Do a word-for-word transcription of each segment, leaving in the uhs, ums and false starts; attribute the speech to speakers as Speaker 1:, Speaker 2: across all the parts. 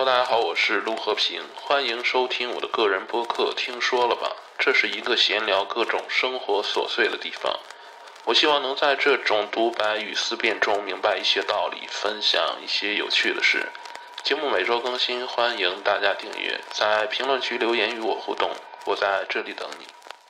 Speaker 1: Hello， 大家好，我是陆和平，欢迎收听我的个人播客。听说了吧？这是一个闲聊各种生活琐碎的地方。我希望能在这种独白与思辨中明白一些道理，分享一些有趣的事。节目每周更新，欢迎大家订阅，在评论区留言与我互动，我在这里等你。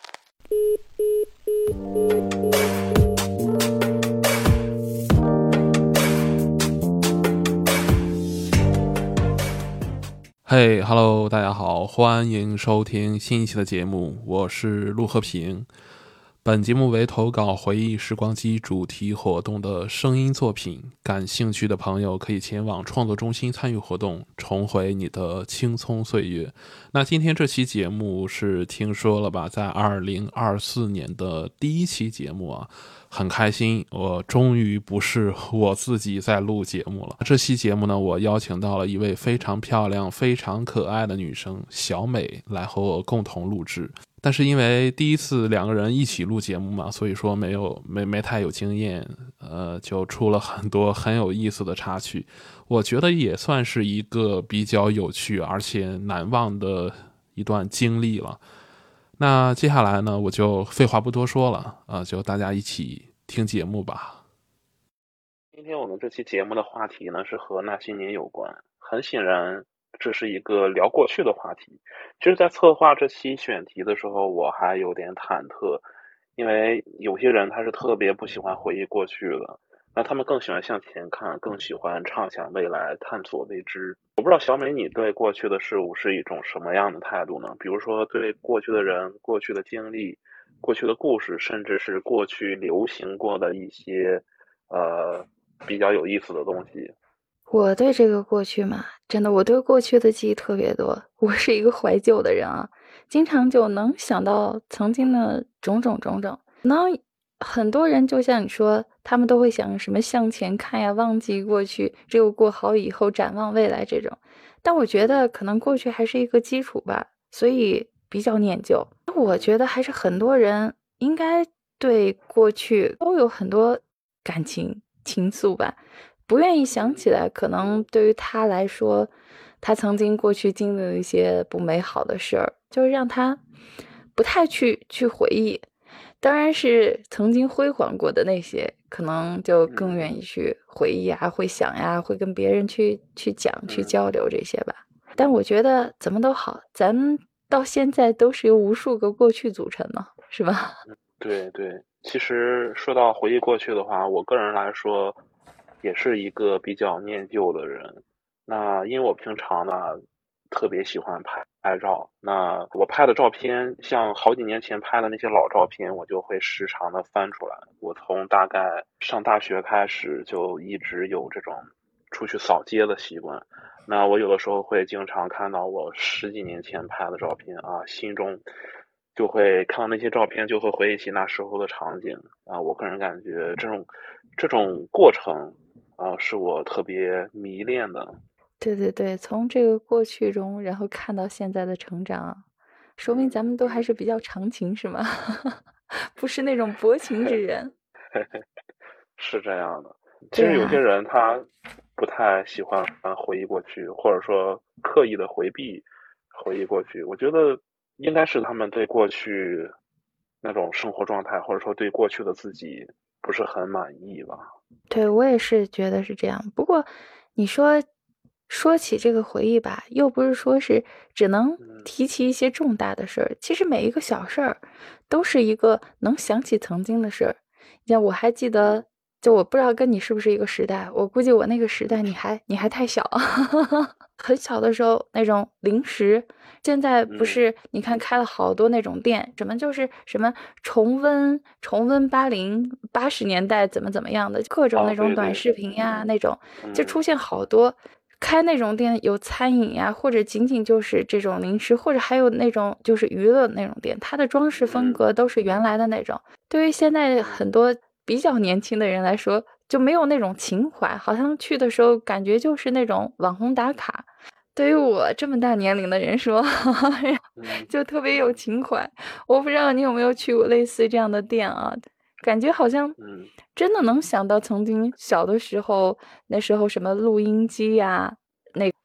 Speaker 1: 嘿、hey, ，Hello， 大家好，欢迎收听新一期的节目，我是陆和平。本节目为投稿回忆时光机主题活动的声音作品，感兴趣的朋友可以前往创作中心参与活动，重回你的青葱岁月。那今天这期节目是听说了吧，在二零二四年的第一期节目啊，很开心，我终于不是我自己在录节目了。这期节目呢，我邀请到了一位非常漂亮、非常可爱的女生小美来和我共同录制。但是因为第一次两个人一起录节目嘛，所以说没有没没太有经验，呃，就出了很多很有意思的插曲。我觉得也算是一个比较有趣而且难忘的一段经历了。那接下来呢，我就废话不多说了啊、呃，就大家一起听节目吧。今天我们这期节目的话题呢是和那些年有关，很显然这是一个聊过去的话题。其实在策划这期选题的时候，我还有点忐忑，因为有些人他是特别不喜欢回忆过去的，那他们更喜欢向前看，更喜欢畅想未来，探索未知。我不知道小美你对过去的事物是一种什么样的态度呢？比如说对过去的人、过去的经历、过去的故事，甚至是过去流行过的一些呃比较有意思的东西。
Speaker 2: 我对这个过去嘛，真的，我对过去的记忆特别多。我是一个怀旧的人啊，经常就能想到曾经的种种种种。那很多人就像你说，他们都会想什么向前看呀，忘记过去，只有过好以后，展望未来这种。但我觉得可能过去还是一个基础吧，所以比较念旧。我觉得还是很多人应该对过去都有很多感情情愫吧。不愿意想起来，可能对于他来说，他曾经过去经历了一些不美好的事儿，就是让他不太去去回忆。当然是曾经辉煌过的那些，可能就更愿意去回忆啊，会想呀，会跟别人去去讲、去交流这些吧。但我觉得怎么都好，咱们到现在都是由无数个过去组成的，是吧？
Speaker 1: 对对，其实说到回忆过去的话，我个人来说也是一个比较念旧的人。那因为我平常呢特别喜欢拍拍照，那我拍的照片，像好几年前拍的那些老照片，我就会时常的翻出来。我从大概上大学开始就一直有这种出去扫街的习惯。那我有的时候会经常看到我十几年前拍的照片啊，心中就会看到那些照片，就会回忆起那时候的场景啊。我个人感觉这种这种过程啊，是我特别迷恋的。
Speaker 2: 对对对，从这个过去中，然后看到现在的成长啊，说明咱
Speaker 1: 嗯，
Speaker 2: 们都还是比较长情，是吗？不是那种薄情之人。
Speaker 1: 是这样的。其实有些
Speaker 2: 对啊，
Speaker 1: 人他不太喜欢回忆过去，或者说刻意的回避回忆过去。我觉得应该是他们对过去那种生活状态，或者说对过去的自己不是很满意吧。
Speaker 2: 对，我也是觉得是这样。不过，你说说起这个回忆吧，又不是说是只能
Speaker 1: 嗯
Speaker 2: 提起一些重大的事儿，其实每一个小事儿都是一个能想起曾经的事儿。你像我还记得，就我不知道跟你是不是一个时代，我估计我那个时代你还你还太小，很小的时候那种零食。现在不
Speaker 1: 嗯
Speaker 2: 是你看开了好多那种店，什么就是什么重温重温八零八十年代怎么怎么样的，各种
Speaker 1: 啊，
Speaker 2: 那种
Speaker 1: 对对，
Speaker 2: 短视频呀，那种就
Speaker 1: 嗯
Speaker 2: 出现好多。开那种店有餐饮呀，或者仅仅就是这种零食，或者还有那种就是娱乐那种店，它的装饰风
Speaker 1: 嗯
Speaker 2: 格都是原来的那种。对于现在
Speaker 1: 嗯
Speaker 2: 很多比较年轻的人来说，就没有那种情怀，好像去的时候感觉就是那种网红打卡。对于我这么大年龄的人说，
Speaker 1: 嗯
Speaker 2: 就特别有情怀。我不知道你有没有去过类似这样的店啊？感觉好像
Speaker 1: 嗯。
Speaker 2: 真的能想到曾经小的时候，那时候什么录音机呀。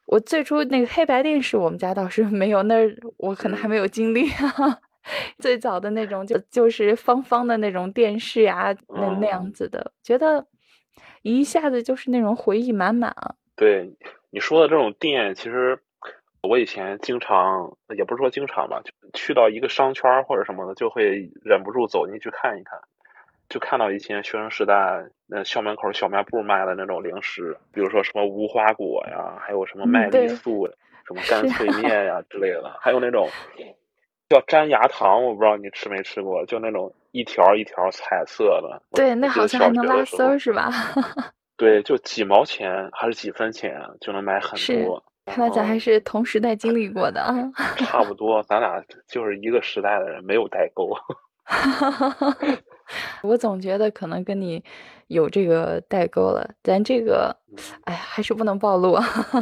Speaker 2: 我最初那个黑白电视，我们家倒是没有，那我可能还没有经历。最早的那种就就是方方的那种电视呀，那那样子的，觉得一下子就是那种回忆满满啊。
Speaker 1: 对，你说的这种店，其实我以前经常，也不是说经常吧，就去到一个商圈或者什么的，就会忍不住走进去看一看，就看到以前学生时代那校门口小卖部卖的那种零食，比如说什么无花果呀，还有什么
Speaker 2: 嗯，
Speaker 1: 麦丽
Speaker 2: 对，
Speaker 1: 素、什么干
Speaker 2: 是
Speaker 1: 脆面呀之类的，还有那种叫粘牙糖，我不知道你吃没吃过，就那种一条一条彩色的。我
Speaker 2: 对，那
Speaker 1: 我记得小学
Speaker 2: 好像还能拉
Speaker 1: 的时候，
Speaker 2: 丝儿是吧？
Speaker 1: 对，就几毛钱还是几分钱就能买很
Speaker 2: 是，
Speaker 1: 多，然
Speaker 2: 看来咱还
Speaker 1: 后
Speaker 2: 是同时代经历过的啊。
Speaker 1: 差不多，咱俩就是一个时代的人，没有代沟。
Speaker 2: 我总觉得可能跟你有这个代沟了，咱这个，
Speaker 1: 嗯，
Speaker 2: 哎呀，还是不能暴露啊。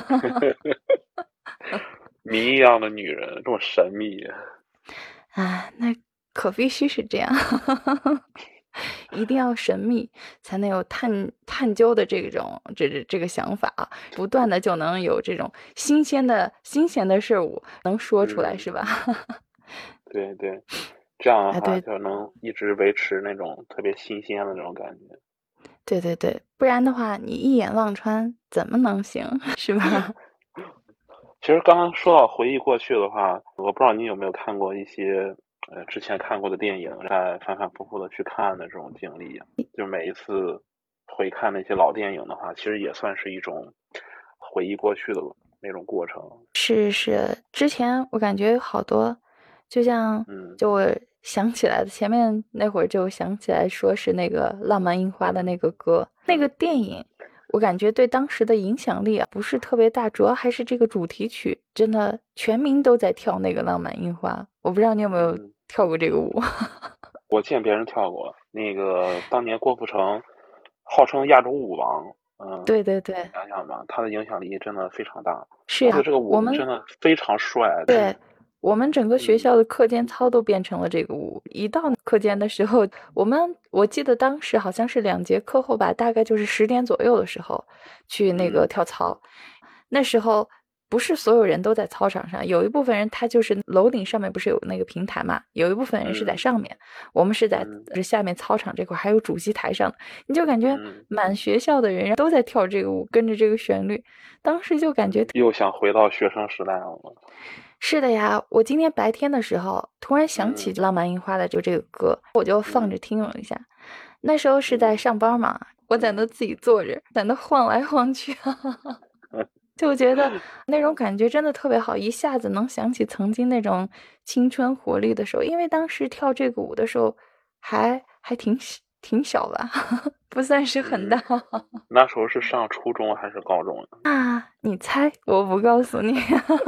Speaker 1: 谜一样的女人，这么神秘。
Speaker 2: 啊，那可必须是这样，一定要神秘，才能有探探究的这种这这这个想法啊，不断的就能有这种新鲜的新鲜的事物能说出来，
Speaker 1: 嗯，
Speaker 2: 是吧？
Speaker 1: 对对，这样的
Speaker 2: 哎，对
Speaker 1: 话就能一直维持那种特别新鲜的那种感觉。
Speaker 2: 对对对，不然的话，你一眼望穿怎么能行，是吧？
Speaker 1: 其实刚刚说到回忆过去的话，我不知道你有没有看过一些呃之前看过的电影，再反反复复的去看的这种经历。就每一次回看那些老电影的话，其实也算是一种回忆过去的那种过程。
Speaker 2: 是是，之前我感觉有好多，就像
Speaker 1: 嗯
Speaker 2: 就我想起来的，前面那会儿就想起来说是那个《浪漫樱花》的那个歌，那个电影，我感觉对当时的影响力啊不是特别大，主要还是这个主题曲，真的全民都在跳那个《浪漫樱花》，我不知道你有没有
Speaker 1: 嗯，
Speaker 2: 跳过这个舞。
Speaker 1: 我见别人跳过，那个当年郭富城号称亚洲舞王，嗯，
Speaker 2: 对对对，
Speaker 1: 想想吧，他的影响力真的非常大。
Speaker 2: 是呀，
Speaker 1: 而且这个
Speaker 2: 我们
Speaker 1: 舞真的非常帅。
Speaker 2: 对，我们整个学
Speaker 1: 嗯
Speaker 2: 校的课间操都变成了这个舞。一到课间的时候，我们我记得当时好像是两节课后吧，大概就是十点左右的时候去那个
Speaker 1: 嗯
Speaker 2: 跳操。那时候不是所有人都在操场上，有一部分人他就是楼顶上面不是有那个平台嘛，有一部分人是在
Speaker 1: 嗯
Speaker 2: 上面，我们是在
Speaker 1: 嗯
Speaker 2: 下面操场这块还有主席台上，你就感觉
Speaker 1: 嗯
Speaker 2: 满学校的人都在跳这个舞，跟着这个旋律，当时就感觉。
Speaker 1: 嗯，又想回到学生时代了。
Speaker 2: 是的呀，我今天白天的时候突然想起
Speaker 1: 嗯
Speaker 2: 《浪漫樱花》的就这个歌，我就放着
Speaker 1: 嗯
Speaker 2: 听了一下。那时候是在
Speaker 1: 嗯
Speaker 2: 上班嘛，我在那自己坐着，在那晃来晃去，
Speaker 1: 嗯，
Speaker 2: 就觉得那种感觉真的特别好，一下子能想起曾经那种青春活力的时候。因为当时跳这个舞的时候还还挺小挺小吧，不算是很大。
Speaker 1: 嗯，那时候是上初中还是高中呀？
Speaker 2: 啊，你猜，我不告诉你。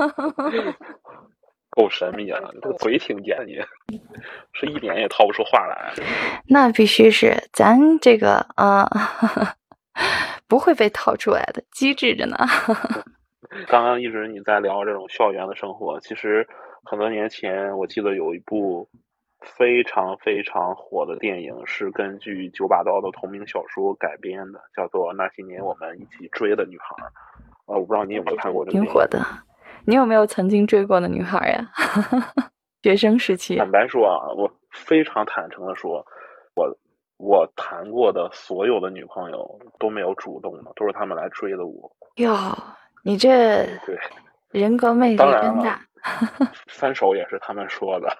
Speaker 1: 够神秘啊！你这个嘴挺尖，你是一点也套不出话来。
Speaker 2: 那必须是咱这个啊，呃不会被套出来的，机智着呢。
Speaker 1: 刚刚一直你在聊这种校园的生活，其实很多年前我记得有一部非常非常火的电影，是根据九把刀的同名小说改编的，叫做《那些年我们一起追的女孩》。呃，我不知道你有没有看过这个电影。
Speaker 2: 挺火的。你有没有曾经追过的女孩呀？学生时期
Speaker 1: 坦白说啊，我非常坦诚的说，我我谈过的所有的女朋友都没有主动的，都是他们来追的我。
Speaker 2: 哟，你这
Speaker 1: 对对，
Speaker 2: 人格魅
Speaker 1: 当然了，
Speaker 2: 力真大。
Speaker 1: 分手也是他们说的。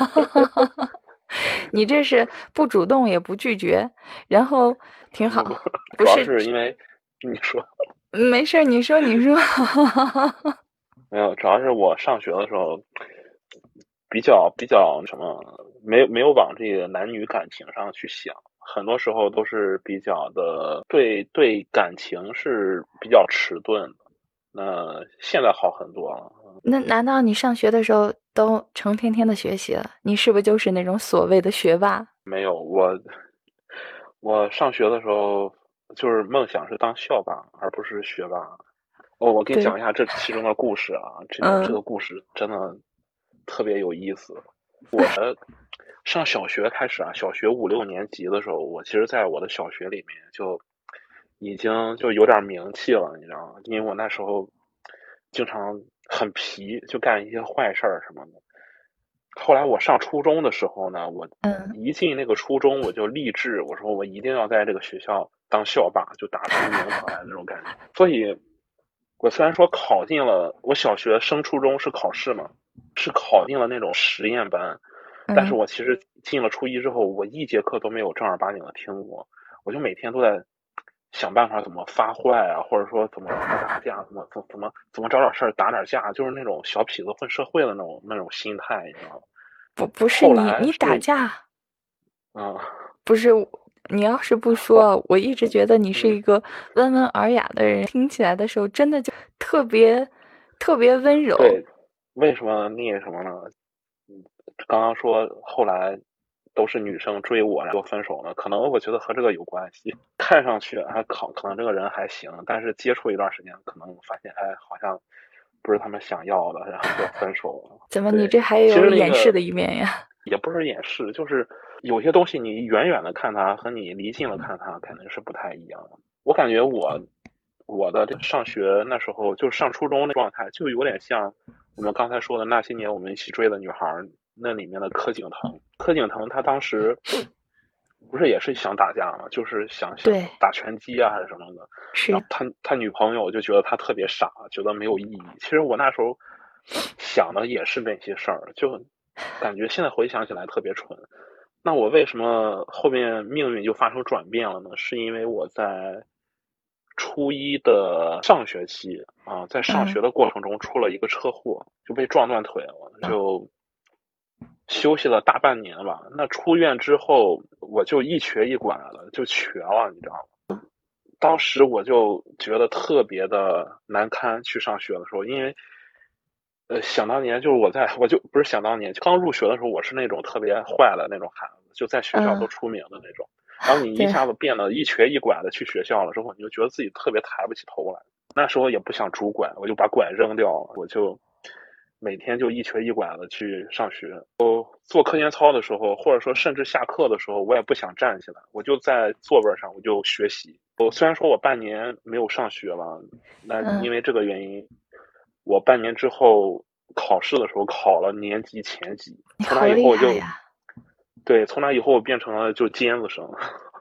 Speaker 2: 你这是不主动也不拒绝，然后挺好。
Speaker 1: 主要
Speaker 2: 不是，
Speaker 1: 是因为你说
Speaker 2: 没事，你说你说。
Speaker 1: 没有，主要是我上学的时候比较比较什么，没有没有往这个男女感情上去想，很多时候都是比较的对对感情是比较迟钝的。那现在好很多了。
Speaker 2: 那难道你上学的时候都成天天的学习了？你是不是就是那种所谓的学霸？
Speaker 1: 没有，我我上学的时候就是梦想是当校霸，而不是学霸。哦，我给你
Speaker 2: 对，
Speaker 1: 讲一下这其中的故事啊，这个这
Speaker 2: 嗯
Speaker 1: 个故事真的特别有意思。我的上小学开始啊，小学五六年级的时候，我其实在我的小学里面就已经就有点名气了，你知道吗？因为我那时候经常很皮，就干一些坏事儿什么的。后来我上初中的时候呢，我一进那个初中我就立志，我说我一定要在这个学校当校霸，就打出名堂来那种感觉。所以我虽然说考进了，我小学升初中是考试嘛，是考进了那种实验班，但是我其实进了初一之后，我一节课都没有正儿八经的听过，我就每天都在想办法怎么发坏啊，或者说怎么打架，怎么怎么怎么怎么找点事儿打点架，就是那种小痞子混社会的那种那种心态，你知道吗？
Speaker 2: 不不是你你打架，
Speaker 1: 嗯，
Speaker 2: 不是你要是不说，我一直觉得你是一个温文尔雅的人，听起来的时候真的就特别特别温柔。
Speaker 1: 对，为什么那什么呢？刚刚说后来都是女生追我然后分手呢，可能我觉得和这个有关系。看上去还可可能这个人还行，但是接触一段时间，可能发现哎好像不是他们想要的，然后就分手了。
Speaker 2: 怎么你这还有掩饰的一面呀？
Speaker 1: 也不是掩饰，就是有些东西你远远的看它和你离近了看它肯定是不太一样的。我感觉我我的上学那时候就上初中的状态，就有点像我们刚才说的那些年我们一起追的女孩那里面的柯景腾。柯景腾他当时不是也是想打架吗？就是想想打拳击啊还是什么的。
Speaker 2: 是。
Speaker 1: 然后他他女朋友就觉得他特别傻，觉得没有意义。其实我那时候想的也是那些事儿，就感觉现在回想起来特别蠢。那我为什么后面命运就发生转变了呢？是因为我在初一的上学期啊，在上学的过程中出了一个车祸，就被撞断腿了，就休息了大半年吧。那出院之后，我就一瘸一拐了，就瘸了，你知道吗？当时我就觉得特别的难堪，去上学的时候，因为呃，想当年就是我在，我就不是想当年，刚入学的时候，我是那种特别坏的那种孩子，就在学校都出名的那种。然后你一下子变得一瘸一拐的去学校了之后，你就觉得自己特别抬不起头来。那时候也不想拄拐，我就把拐扔掉了，我就每天就一瘸一拐的去上学。做课间操的时候，或者说甚至下课的时候，我也不想站起来，我就在座位上我就学习。我虽然说我半年没有上学了，那因为这个原因。我半年之后考试的时候考了年级前几，从那以后就，对，从那以后我变成了就尖子生。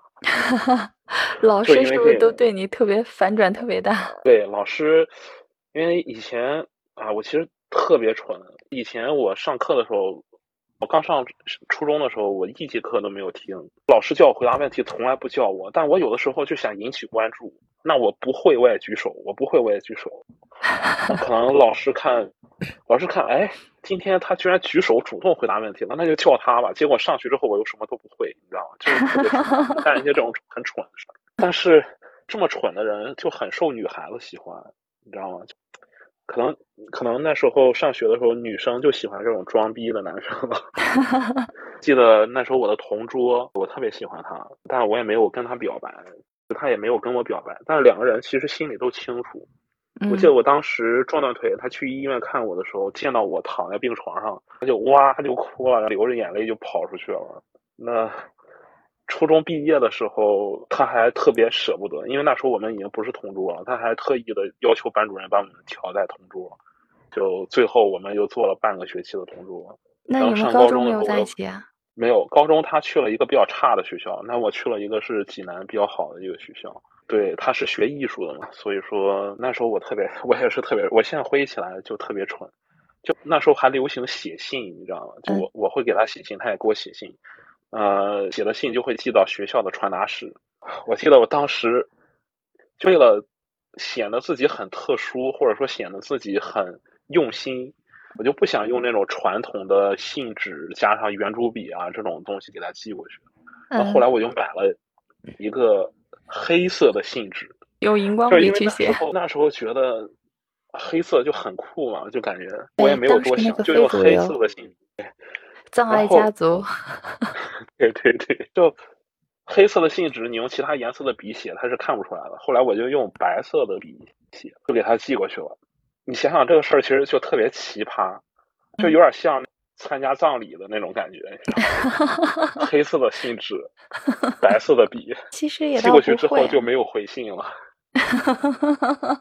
Speaker 2: 老师是不是都对你特别反转特别大？
Speaker 1: 对，老师，因为以前啊，我其实特别蠢。以前我上课的时候，我刚上初中的时候，我一节课都没有听，老师叫我回答问题，从来不叫我。但我有的时候就想引起关注，那我不会我也举手，我不会我也举手。可能老师看，老师看，哎，今天他居然举手主动回答问题了，那就叫他吧。结果上去之后，我又什么都不会，你知道吗？就是特别蠢，干一些这种很蠢的事儿。但是这么蠢的人就很受女孩子喜欢，你知道吗？可能可能那时候上学的时候，女生就喜欢这种装逼的男生了。记得那时候我的同桌，我特别喜欢他，但是我也没有跟他表白，他也没有跟我表白，但是两个人其实心里都清楚。我记得我当时撞断腿，他去医院看我的时候，见到我躺在病床上，他就哇就哭了，流着眼泪就跑出去了。那初中毕业的时候，他还特别舍不得，因为那时候我们已经不是同桌了，他还特意的要求班主任把我们调在同桌，就最后我们又做了半个学期的同桌。
Speaker 2: 那你们高中没有在一起啊？
Speaker 1: 没有，高中他去了一个比较差的学校，那我去了一个是济南比较好的一个学校。对，他是学艺术的嘛，所以说那时候我特别，我也是特别，我现在回忆起来就特别蠢。就那时候还流行写信，你知道吗？就我我会给他写信，他也给我写信。呃，写的信就会寄到学校的传达室。我记得我当时就为了显得自己很特殊，或者说显得自己很用心，我就不想用那种传统的信纸加上圆珠笔啊这种东西给他寄过去。然后后来我就买了一个黑色的信纸，
Speaker 2: 用荧光笔去写。
Speaker 1: 那时候那时候觉得黑色就很酷嘛，就感觉我也没有多想，就用黑色的信纸。
Speaker 2: 葬爱家族。
Speaker 1: 对对对，就黑色的信纸，你用其他颜色的笔写，它是看不出来的。后来我就用白色的笔写，就给他寄过去了。你想想这个事儿，其实就特别奇葩，就有点像参加葬礼的那种感觉。黑色的信纸，白色的笔，
Speaker 2: 其实也
Speaker 1: 寄过去之后就没有回信了。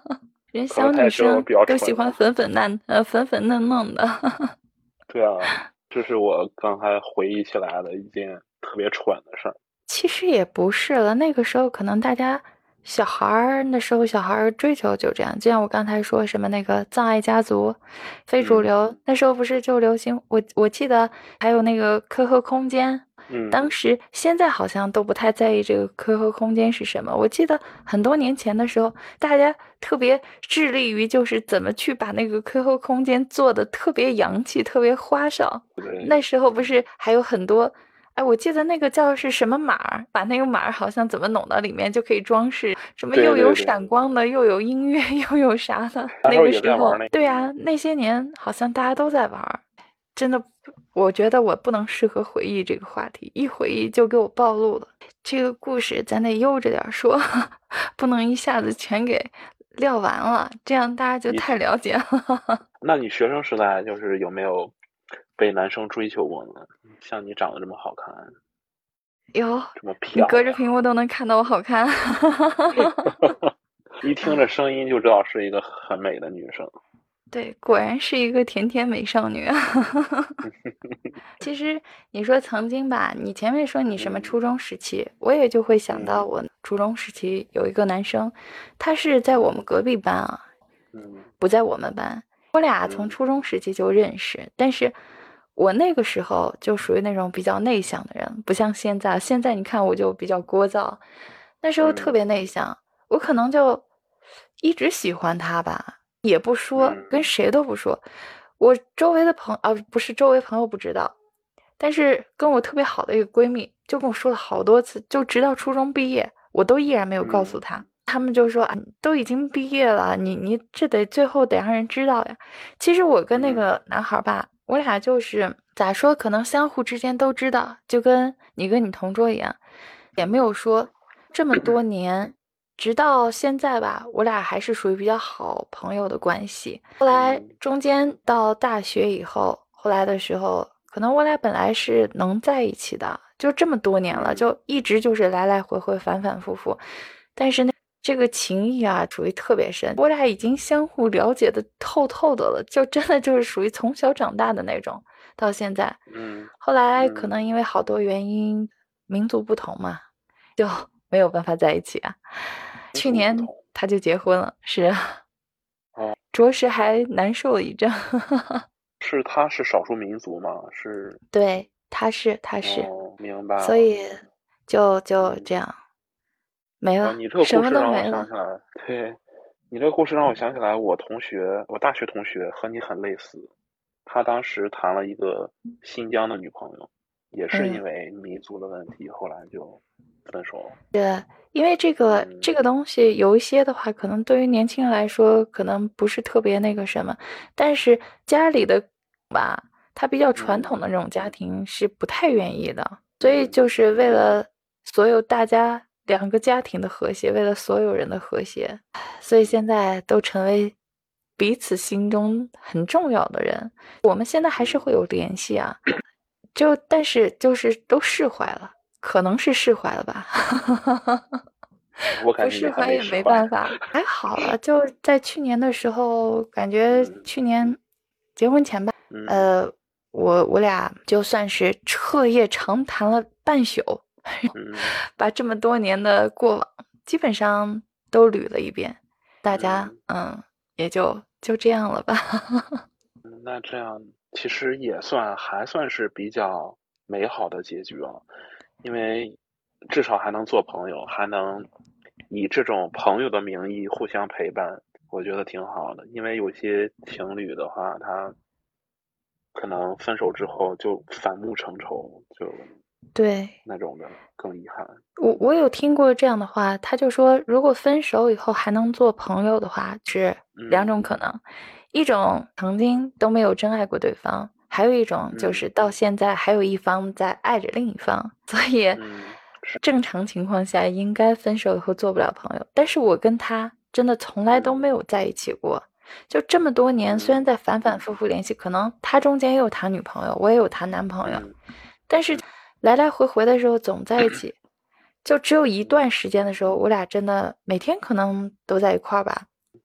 Speaker 2: 人小女生都喜欢粉粉嫩呃粉粉嫩嫩的。
Speaker 1: 对啊，这是我刚才回忆起来的一件特别蠢的事儿。
Speaker 2: 其实也不是了，那个时候可能大家小孩儿那时候小孩儿追求就这样，就像我刚才说什么那个葬爱家族、非主流，
Speaker 1: 嗯、
Speaker 2: 那时候不是就流行，我我记得还有那个 Q Q 空间。
Speaker 1: 嗯，
Speaker 2: 当时现在好像都不太在意这个 Q Q 空间是什么。我记得很多年前的时候，大家特别致力于就是怎么去把那个 Q Q 空间做的特别洋气、特别花哨。那时候不是还有很多。哎，我记得那个叫是什么码儿，把那个码儿好像怎么弄到里面就可以装饰，什么又有闪光的，又有音乐，又有啥的。那个时候，对啊，那些年好像大家都在玩，真的，我觉得我不能适合回忆这个话题，一回忆就给我暴露了。这个故事咱得悠着点说，不能一下子全给撂完了，这样大家就太了解了。
Speaker 1: 那你学生时代就是有没有被男生追求过呢？像你长得这么好看，
Speaker 2: 哟，
Speaker 1: 这么漂亮，
Speaker 2: 你隔着屏幕都能看到我好看。
Speaker 1: 一听这声音就知道是一个很美的女生。
Speaker 2: 对，果然是一个甜甜美少女。其实你说曾经吧，你前面说你什么初中时期，嗯、我也就会想到我初中时期有一个男生，他是在我们隔壁班啊，
Speaker 1: 嗯，
Speaker 2: 不在我们班。我俩从初中时期就认识，嗯、但是我那个时候就属于那种比较内向的人，不像现在。现在你看我就比较聒噪，那时候特别内向，嗯、我可能就一直喜欢他吧。也不说，跟谁都不说。我周围的朋啊，不是周围朋友不知道，但是跟我特别好的一个闺蜜就跟我说了好多次，就直到初中毕业，我都依然没有告诉她。他们就说啊，都已经毕业了，你你这得最后得让人知道呀。其实我跟那个男孩吧，我俩就是咋说，可能相互之间都知道，就跟你跟你同桌一样，也没有说这么多年。直到现在吧，我俩还是属于比较好朋友的关系。后来中间到大学以后，后来的时候，可能我俩本来是能在一起的，就这么多年了，就一直就是来来回回、反反复复。但是呢，这个情谊啊，属于特别深，我俩已经相互了解的透透的了，就真的就是属于从小长大的那种。到现在，
Speaker 1: 嗯，
Speaker 2: 后来可能因为好多原因，民族不同嘛，就没有办法在一起啊。去年他就结婚了，是啊，
Speaker 1: 哦，
Speaker 2: 着实还难受了一阵。
Speaker 1: 是他是少数民族吗？是，
Speaker 2: 对，他是他是，
Speaker 1: 哦，明白了。
Speaker 2: 所以就就这样、嗯、没了、
Speaker 1: 哦。你这个故事让我想起来，对，你这个故事让我想起来，我同学，我大学同学和你很类似，他当时谈了一个新疆的女朋友，也是因为民族的问题，嗯、后来就分手了。
Speaker 2: 对。因为这个、嗯、这个东西有一些的话，可能对于年轻人来说，可能不是特别那个什么，但是家里的吧，他比较传统的那种家庭是不太愿意的，嗯、所以就是为了所有大家两个家庭的和谐，为了所有人的和谐，所以现在都成为彼此心中很重要的人。我们现在还是会有联系啊，就但是就是都释怀了。可能是释怀了吧。
Speaker 1: 我感觉
Speaker 2: 不释怀也没办法，还好了。就在去年的时候，感觉去年结婚前吧，嗯、呃，我我俩就算是彻夜长谈了半宿，嗯、把这么多年的过往基本上都捋了一遍。大家嗯、嗯，也就就这样了吧。
Speaker 1: 那这样其实也算还算是比较美好的结局了。因为至少还能做朋友，还能以这种朋友的名义互相陪伴，我觉得挺好的。因为有些情侣的话，他可能分手之后就反目成仇，就
Speaker 2: 对
Speaker 1: 那种的更遗憾。
Speaker 2: 我我有听过这样的话，他就说，如果分手以后还能做朋友的话，是两种可能，嗯、一种曾经都没有真爱过对方。还有一种就是到现在还有一方在爱着另一方，所以正常情况下应该分手以后做不了朋友。但是我跟他真的从来都没有在一起过，就这么多年，虽然在反反复复联系，可能他中间也有他女朋友，我也有他男朋友，但是来来回回的时候总在一起，就只有一段时间的时候，我俩真的每天可能都在一块儿吧。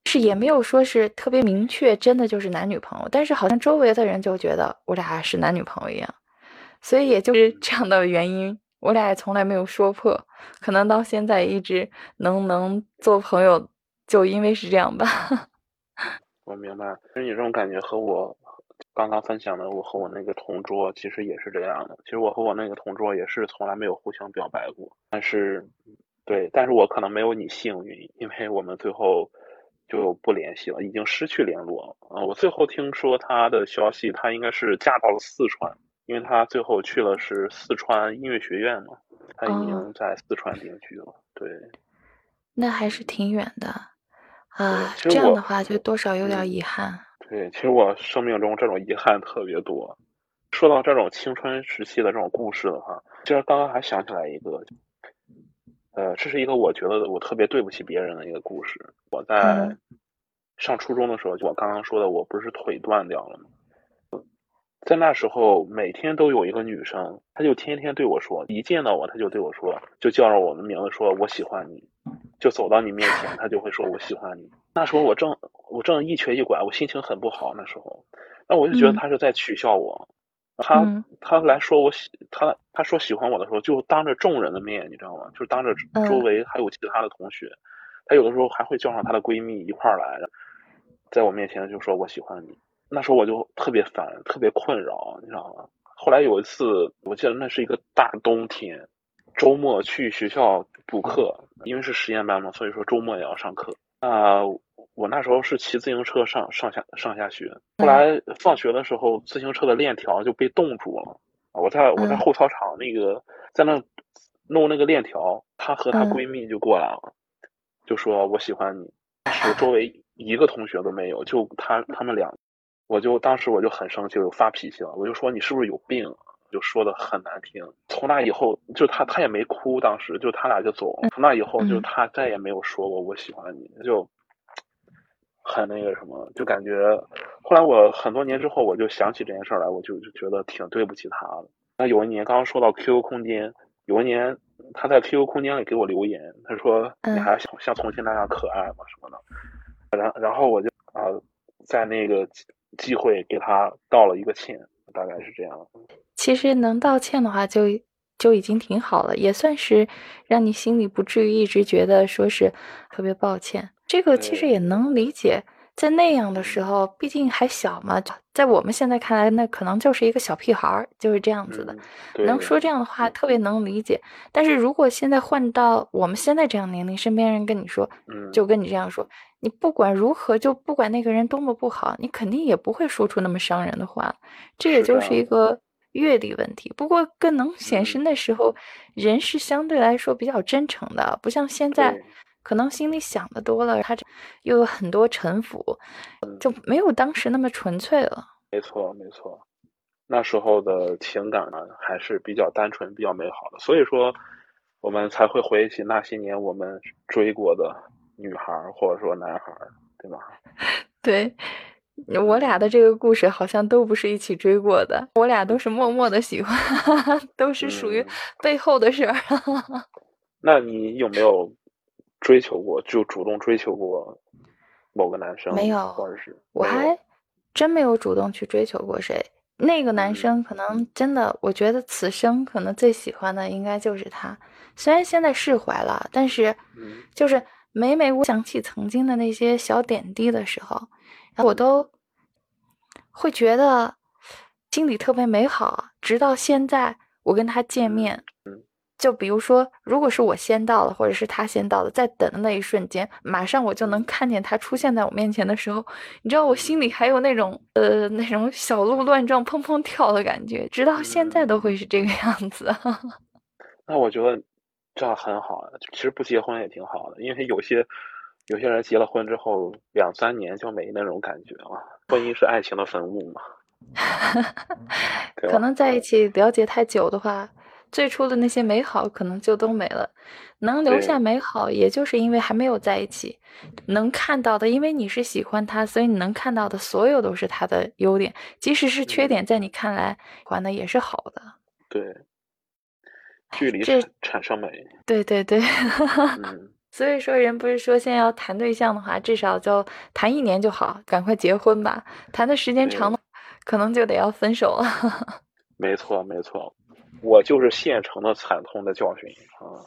Speaker 2: 是也没有说是特别明确，真的就是男女朋友，但是好像周围的人就觉得我俩是男女朋友一样，所以也就是这样的原因，我俩也从来没有说破，可能到现在一直能能做朋友，就因为是这样吧。
Speaker 1: 我明白，其实你这种感觉和我刚刚分享的，我和我那个同桌其实也是这样的。其实我和我那个同桌也是从来没有互相表白过，但是，对，但是我可能没有你幸运，因为我们最后就不联系了，已经失去联络了。呃，我最后听说他的消息，他应该是嫁到了四川，因为他最后去了是四川音乐学院嘛，他已
Speaker 2: 哦，
Speaker 1: 经在四川定居了。对，
Speaker 2: 那还是挺远的
Speaker 1: 对，
Speaker 2: 啊，
Speaker 1: 其实我，
Speaker 2: 这样的话就多少有点
Speaker 1: 嗯，
Speaker 2: 遗憾。
Speaker 1: 对，其实我生命中这种遗憾特别多。说到这种青春时期的这种故事的话，其实刚刚还想起来一个，呃，这是一个我觉得我特别对不起别人的一个故事。我在
Speaker 2: 嗯
Speaker 1: 上初中的时候，就我刚刚说的，我不是腿断掉了吗？在那时候，每天都有一个女生，她就天天对我说，一见到我，她就对我说，就叫着我的名字说我喜欢你，就走到你面前，她就会说我喜欢你。那时候我正我正一瘸一拐，我心情很不好。那时候，那我就觉得
Speaker 2: 嗯
Speaker 1: 她是在取笑我。她
Speaker 2: 嗯
Speaker 1: 她来说我喜她她说喜欢我的时候，就当着众人的面，你知道吗？就是当着周
Speaker 2: 嗯
Speaker 1: 围还有其他的同学，她有的时候还会叫上她的闺蜜一块儿来，在我面前就说我喜欢你。那时候我就特别烦，特别困扰，你知道吗？后来有一次，我记得那是一个大冬天，周末去学校补课，因为是实验班嘛，所以说周末也要上课。啊、呃我那时候是骑自行车上上下上下学，后
Speaker 2: 嗯
Speaker 1: 来放学的时候，自行车的链条就被冻住了。我在我在
Speaker 2: 嗯
Speaker 1: 后操场那个在那弄那个链条，她和她
Speaker 2: 嗯
Speaker 1: 闺蜜就过来了，就说我喜欢你。当时周围一个同学都没有，就他他们俩，我就当时我就很生气，我就发脾气了，我就说你是不是有病？就说的很难听。从那以后，就他他也没哭，当时就他俩就走了。从那以后，就
Speaker 2: 嗯。
Speaker 1: 他再也没有说过我喜欢你，就很那个什么，就感觉后来我很多年之后，我就想起这件事来，我就就觉得挺对不起他的。那有一年，刚刚说到 Q Q 空间，有一年他在 Q Q 空间里给我留言，他说你
Speaker 2: 嗯，
Speaker 1: 还像像从前那样可爱吗什么的。然然后我就啊、呃在那个机机会给他道了一个歉，大概是这样。
Speaker 2: 其实能道歉的话就就已经挺好了，也算是让你心里不至于一直觉得说是特别抱歉。这个其实
Speaker 1: 对，
Speaker 2: 也能理解，在那样的时
Speaker 1: 嗯
Speaker 2: 候，毕竟还小嘛，在我们现在看来，那可能就是一个小屁孩儿，就是这样子的。
Speaker 1: 嗯，
Speaker 2: 能
Speaker 1: 对，
Speaker 2: 说这样的话，特别能理解。但是如果现在换到我们现在这样年龄，身边人跟你说，
Speaker 1: 嗯
Speaker 2: 就跟你这样说，你不管如何，就不管那个人多么不好，你肯定也不会说出那么伤人的话。这也就
Speaker 1: 是这样的，
Speaker 2: 是一个阅历问题。不过更能显示
Speaker 1: 嗯
Speaker 2: 那时候人是相对来说比较真诚的，不像现在，
Speaker 1: 对，
Speaker 2: 可能心里想的多了，他这又有很多城府，就没有当时那么纯粹了。
Speaker 1: 没错没错。那时候的情感呢，还是比较单纯、比较美好的，所以说我们才会回忆起那些年我们追过的女孩儿或者说男孩儿，对吧？
Speaker 2: 对，我俩
Speaker 1: 嗯
Speaker 2: 的这个故事好像都不是一起追过的，我俩都是默默的喜欢，都是属于
Speaker 1: 嗯，
Speaker 2: 背后的事儿。
Speaker 1: 那你有没有追求过，就主动追求过某个男生，
Speaker 2: 没有，
Speaker 1: 或者是没有？
Speaker 2: 我还真没有主动去追求过谁。那个男
Speaker 1: 嗯
Speaker 2: 生可能真的，我觉得此生可能最喜欢的应该就是他。虽然现在释怀了，但是
Speaker 1: 嗯
Speaker 2: 就是每每我想起曾经的那些小点滴的时候，然后我
Speaker 1: 嗯
Speaker 2: 都会觉得心里特别美好。直到现在，我跟他见
Speaker 1: 嗯
Speaker 2: 面，就比如说，如果是我先到了，或者是他先到了，在等的那一瞬间，马上我就能
Speaker 1: 嗯
Speaker 2: 看见他出现在我面前的时候，你知道我心里
Speaker 1: 嗯
Speaker 2: 还有那种呃那种小鹿乱撞、砰砰跳的感觉，直到现在
Speaker 1: 嗯，
Speaker 2: 都会是这个样子。
Speaker 1: 那我觉得这样很好啊，其实不结婚也挺好的，因为有些有些人结了婚之后两三年就没那种感觉了。婚姻是爱情的坟墓嘛，对吧？
Speaker 2: 可能在一起了解太久的话，最初的那些美好可能就都没了。能留下
Speaker 1: 对，
Speaker 2: 美好，也就是因为还没有在一起，能看到的，因为你是喜欢他，所以你能看到的所有都是他的优点，即使是缺点，
Speaker 1: 嗯，
Speaker 2: 在你看来，还的也是好的。
Speaker 1: 对，距离
Speaker 2: 这，
Speaker 1: 产产生美，
Speaker 2: 对对对，
Speaker 1: 嗯，
Speaker 2: 所以说，人不是说现在要谈对象的话，至少就谈一年就好，赶快结婚吧。谈的时间长了，可能就得要分手了。
Speaker 1: 没错，没错，我就是现成的惨痛的教训啊。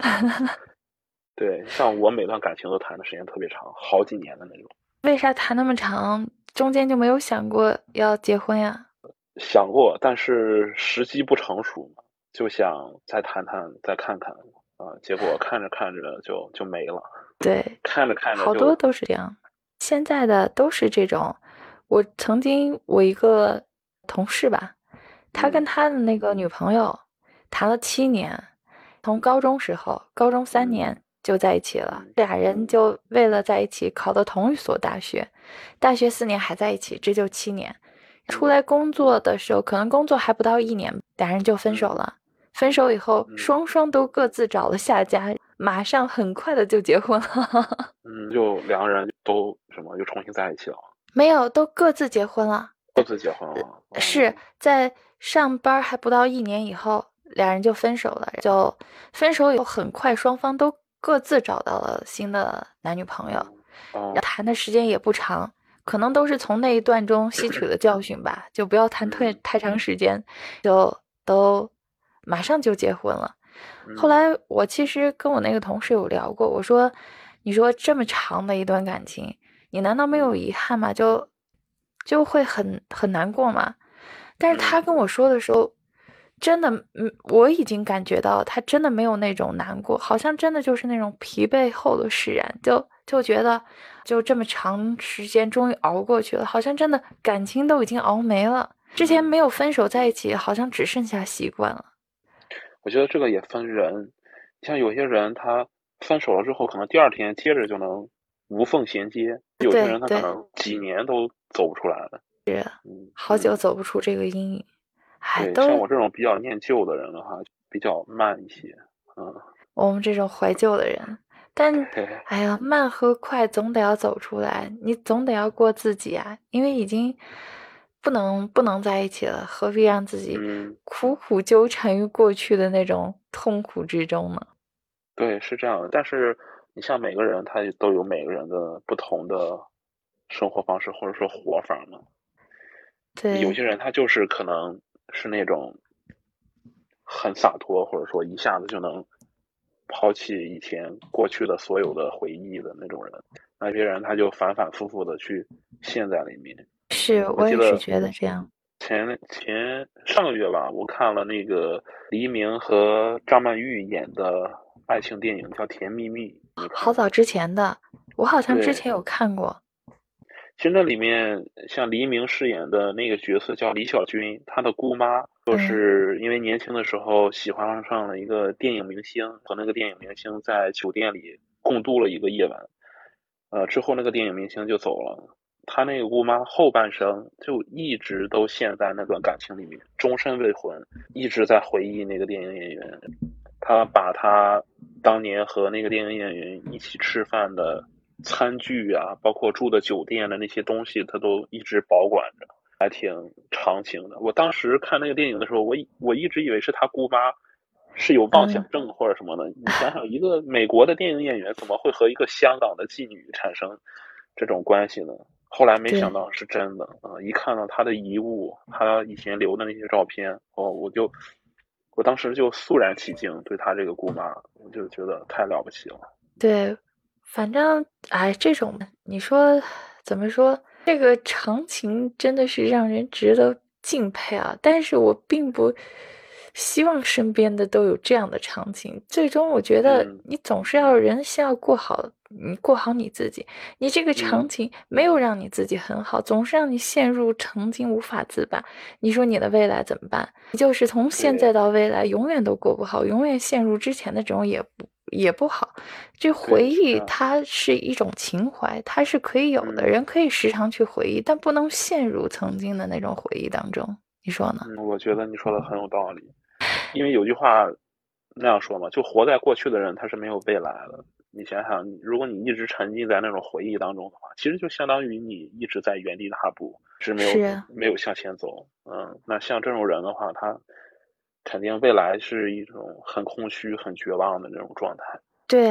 Speaker 1: 对，像我每段感情都谈的时间特别长，好几年的那种。
Speaker 2: 为啥谈那么长？中间就没有想过要结婚呀？
Speaker 1: 想过，但是时机不成熟嘛，就想再谈谈，再看看啊。结果看着看着就就没了。
Speaker 2: 对，
Speaker 1: 看着看着
Speaker 2: 好多
Speaker 1: 就
Speaker 2: 都是这样。现在的都是这种。我曾经我一个同事吧，他跟他的那个女朋友谈了七年，从高中时候，高中三年就在一起了。俩人就为了在一起考到同一所大学，大学四年还在一起，这就七年。出来工作的时候，可能工作还不到一年，俩人就分手了。分手以后，双双都各自找了下家，马上很快的就结婚了。
Speaker 1: 嗯，就两个人都什么又重新在一起了。
Speaker 2: 没有，都各自结婚了。
Speaker 1: 各自结婚了。
Speaker 2: 哦、是在上班还不到一年以后，俩人就分手了。就分手以后，很快双方都各自找到了新的男女朋友，
Speaker 1: 哦、
Speaker 2: 然后谈的时间也不长，可能都是从那一段中吸取了教训吧，就不要谈太太长时间，就都马上就结婚了。后来我其实跟我那个同事有聊过，我说：“你说这么长的一段感情，你难道没有遗憾吗？就就会很很难过吗？”但是他跟我说的时候，真的，嗯，我已经感觉到他真的没有那种难过，好像真的就是那种疲惫后的释然，就就觉得就这么长时间终于熬过去了，好像真的感情都已经熬没了。之前没有分手在一起，好像只剩下习惯了。
Speaker 1: 我觉得这个也分人，像有些人他分手了之后，可能第二天接着就能无缝衔接；有些人他可能几年都走不出来了。
Speaker 2: 是，嗯，好久走不出这个阴影。
Speaker 1: 对，像我这种比较念旧的人的话，比较慢一些。嗯，
Speaker 2: 我们这种怀旧的人，但哎呀，慢和快总得要走出来，你总得要过自己啊，因为已经不能不能在一起了，何必让自己苦苦纠缠于过去的那种痛苦之中呢？
Speaker 1: 对，是这样的。但是你像每个人，他都有每个人的不同的生活方式或者说活法嘛。
Speaker 2: 对，
Speaker 1: 有些人他就是可能是那种很洒脱，或者说一下子就能抛弃以前过去的所有的回忆的那种人。那些人他就反反复复的去陷在里面。
Speaker 2: 是，我也是觉得这样。
Speaker 1: 前前上个月吧，我看了那个黎明和张曼玉演的爱情电影，叫《甜蜜蜜》。
Speaker 2: 好早之前的，我好像之前有看过。
Speaker 1: 其实那里面像黎明饰演的那个角色叫李小军，他的姑妈就是因为年轻的时候喜欢上了一个电影明星，和那个电影明星在酒店里共度了一个夜晚。呃，之后那个电影明星就走了，他那个姑妈后半生就一直都陷在那段感情里面，终身未婚，一直在回忆那个电影演员。他把他当年和那个电影演员一起吃饭的餐具啊，包括住的酒店的那些东西，他都一直保管着，还挺长情的。我当时看那个电影的时候，我我一直以为是他姑妈是有妄想症或者什么的。嗯、你想想，一个美国的电影演员怎么会和一个香港的妓女产生这种关系呢？后来没想到是真的啊、呃！一看到他的遗物，他以前留的那些照片，哦，我就。我当时就肃然起敬，对他这个姑妈，我就觉得太了不起了。
Speaker 2: 对，反正哎，这种你说怎么说？这个长情真的是让人值得敬佩啊！但是我并不希望身边的都有这样的长情。最终，我觉得你总是要人先要过好，你过好你自己。你这个长情没有让你自己很好，总是让你陷入曾经无法自拔。你说你的未来怎么办？你就是从现在到未来永远都过不好，永远陷入之前的这种也不。也不好，这回忆它是一种情怀，它是可以有的，人可以时常去回忆，但不能陷入曾经的那种回忆当中。你说呢？
Speaker 1: 嗯，我觉得你说的很有道理，因为有句话那样说嘛，就活在过去的人他是没有未来的。你想想，如果你一直沉浸在那种回忆当中的话，其实就相当于你一直在原地踏步，是没有没有向前走。嗯，那像这种人的话，他肯定未来是一种很空虚、很绝望的那种状态。
Speaker 2: 对啊，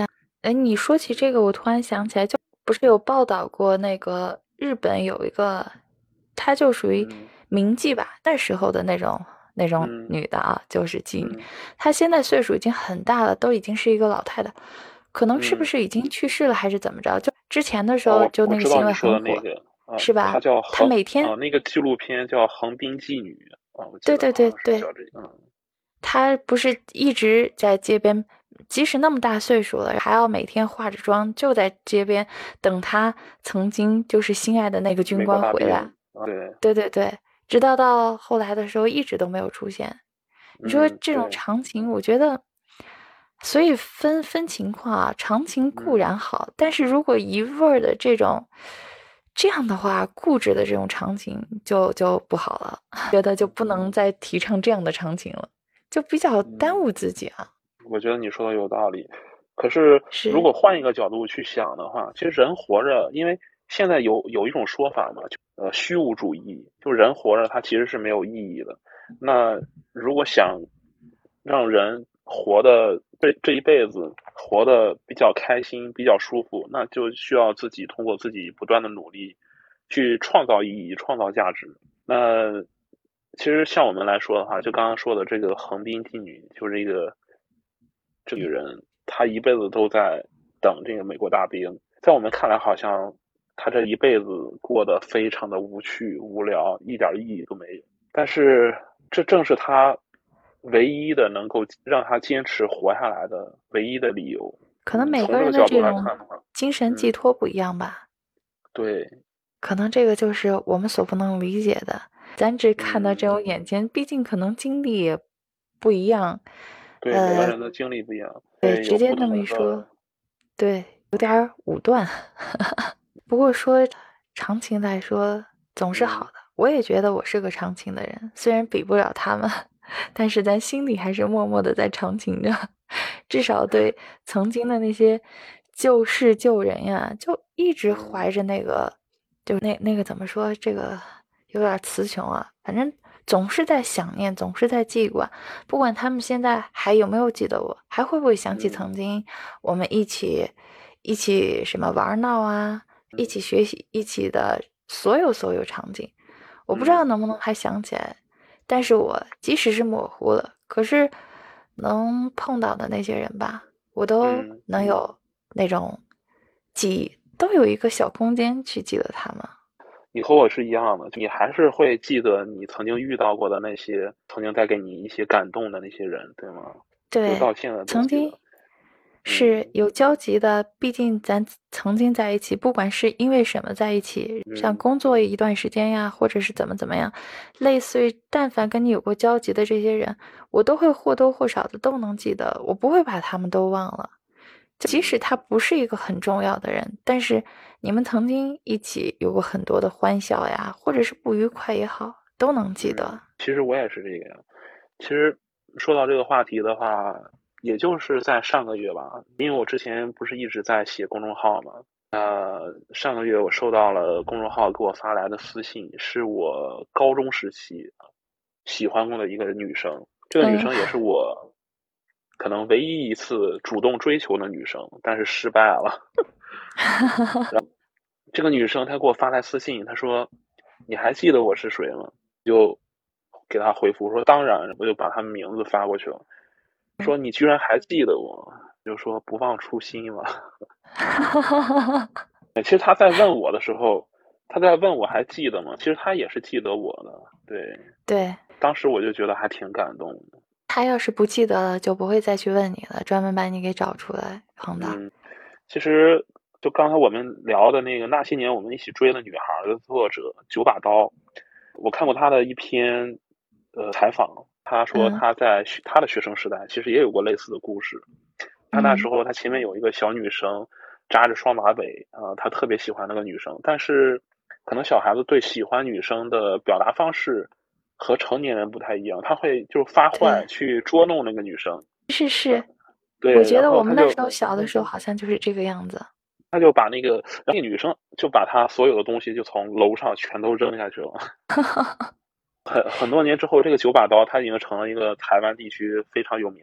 Speaker 2: 哎，你说起这个，我突然想起来，就不是有报道过那个日本有一个，她就属于
Speaker 1: 嗯
Speaker 2: 名妓吧，那时候的那种那种
Speaker 1: 嗯
Speaker 2: 女的啊，就是妓女。
Speaker 1: 嗯
Speaker 2: 她现在岁数已经很大了，都已经是一个老太太，可能是不
Speaker 1: 嗯，
Speaker 2: 是已经去世了，还是怎么着？就之前的时
Speaker 1: 哦，
Speaker 2: 候，
Speaker 1: 我
Speaker 2: 就那个新
Speaker 1: 我知道你
Speaker 2: 闻很火，
Speaker 1: 说的那个啊，
Speaker 2: 是吧？
Speaker 1: 它叫
Speaker 2: 她
Speaker 1: 横啊，
Speaker 2: 每天，
Speaker 1: 那个纪录片叫《横滨妓女》啊，我记
Speaker 2: 对对
Speaker 1: 得好像是
Speaker 2: 对对，
Speaker 1: 叫这个，嗯
Speaker 2: 他不是一直在街边，即使那么大岁数了，还要每天化着妆，就在街边等他曾经就是心爱的那个军
Speaker 1: 美国大兵
Speaker 2: 官回来。
Speaker 1: 啊，对，
Speaker 2: 对对对，直到到后来的时候，一直都没有出现。你说
Speaker 1: 嗯
Speaker 2: 这种
Speaker 1: 对，
Speaker 2: 长情，我觉得，所以分分情况啊，长情固
Speaker 1: 嗯
Speaker 2: 然好，但是如果一味儿的这种，这样的话，固执的这种长情就就不好了，觉得就不能再提倡这样的长情了，就比较耽
Speaker 1: 嗯，
Speaker 2: 误自己啊。
Speaker 1: 我觉得你说的有道理。可是如
Speaker 2: 是，
Speaker 1: 果换一个角度去想的话，其实人活着，因为现在有有一种说法嘛，就呃虚无主义，就人活着他其实是没有意义的。那如果想让人活的这这一辈子活得比较开心、比较舒服，那就需要自己通过自己不断的努力去创造意义、创造价值。那其实像我们来说的话，就刚刚说的这个横滨妓女，就是一个这个女人，她一辈子都在等这个美国大兵。在我们看来，好像她这一辈子过得非常的无趣、无聊，一点意义都没有。但是这正是她唯一的能够让她坚持活下来的唯一的理由。嗯，
Speaker 2: 可能每个人的
Speaker 1: 从这个角度
Speaker 2: 这种
Speaker 1: 来看的话，
Speaker 2: 精神寄
Speaker 1: 嗯，
Speaker 2: 托不一样吧。
Speaker 1: 对，
Speaker 2: 可能这个就是我们所不能理解的。咱只看到这
Speaker 1: 嗯，
Speaker 2: 种眼前，毕竟可能经历也不一样。
Speaker 1: 对，每个
Speaker 2: 呃，
Speaker 1: 人的经历不一样，
Speaker 2: 对，
Speaker 1: 对，有不
Speaker 2: 直接那么一
Speaker 1: 同的，
Speaker 2: 说，对，有点儿武断。不过说长情来说，总是好
Speaker 1: 嗯
Speaker 2: 的。我也觉得我是个长情的人，虽然比不了他们，但是咱心里还是默默的在长情着。至少对曾经的那些救世救人呀，就一直
Speaker 1: 嗯
Speaker 2: 怀着那个，就那那个怎么说，这个有点词穷啊。反正总是在想念，总是在记挂。不管他们现在还有没有记得我，还会不会想起
Speaker 1: 嗯
Speaker 2: 曾经我们一起一起什么玩闹啊，一起学习，一起的所有所有场景，我不知道
Speaker 1: 嗯
Speaker 2: 能不能还想起来。但是我即使是模糊了，可是能碰到的那些人吧，我都
Speaker 1: 嗯。
Speaker 2: 能有那种记忆，都有一个小空间去记得他们。
Speaker 1: 你和我是一样的，你还是会记得你曾经遇到过的那些曾经带给你一些感动的那些人，对吗？就
Speaker 2: 对，
Speaker 1: 到现在都
Speaker 2: 曾经
Speaker 1: 记得。嗯
Speaker 2: 是有交集的，毕竟咱曾经在一起，不管是因为什么在一起，像
Speaker 1: 嗯
Speaker 2: 工作一段时间呀，或者是怎么怎么样，类似于但凡跟你有过交集的这些人，我都会或多或少的都能记得，我不会把他们都忘了。即使
Speaker 1: 嗯
Speaker 2: 他不是一个很重要的人，但是你们曾经一起有过很多的欢笑呀，或者是不愉快也好，都能记
Speaker 1: 嗯，
Speaker 2: 得。
Speaker 1: 其实我也是这个样。其实说到这个话题的话，也就是在上个月吧，因为我之前不是一直在写公众号嘛，呃，上个月我收到了公众号给我发来的私信，是我高中时期喜欢过的一个女生，这个女
Speaker 2: 嗯，
Speaker 1: 生也是我可能唯一一次主动追求的女生，但是失败了。这个女生她给我发来私信，她说：“你还记得我是谁吗？”就给她回复说：“当然。”我就把她名字发过去了，说：“你居然还记得我？”就说不忘初心嘛。其实她在问我的时候，她在问我还记得吗？其实她也是记得我的。对，
Speaker 2: 对，
Speaker 1: 当时我就觉得还挺感动的。
Speaker 2: 他要是不记得了，就不会再去问你了，专门把你给找出来碰到。
Speaker 1: 嗯，其实就刚才我们聊的那个那些年我们一起追的女孩的作者九把刀，我看过他的一篇呃采访，他说
Speaker 2: 嗯
Speaker 1: 他在学他的学生时代其实也有过类似的故事。他那时
Speaker 2: 嗯，
Speaker 1: 候他前面有一个小女生扎着双马尾啊、呃他特别喜欢那个女生，但是可能小孩子对喜欢女生的表达方式和成年人不太一样，他会就是发坏
Speaker 2: 对，
Speaker 1: 去捉弄那个女生。
Speaker 2: 是是，我
Speaker 1: 对，然
Speaker 2: 觉得我
Speaker 1: 后他就
Speaker 2: 们那时候小的时候好像就是这个样子。
Speaker 1: 他就把那个那个女生就把她所有的东西就从楼上全都扔下去了。很很多年之后，这个九把刀它已经成了一个台湾地区非常有名的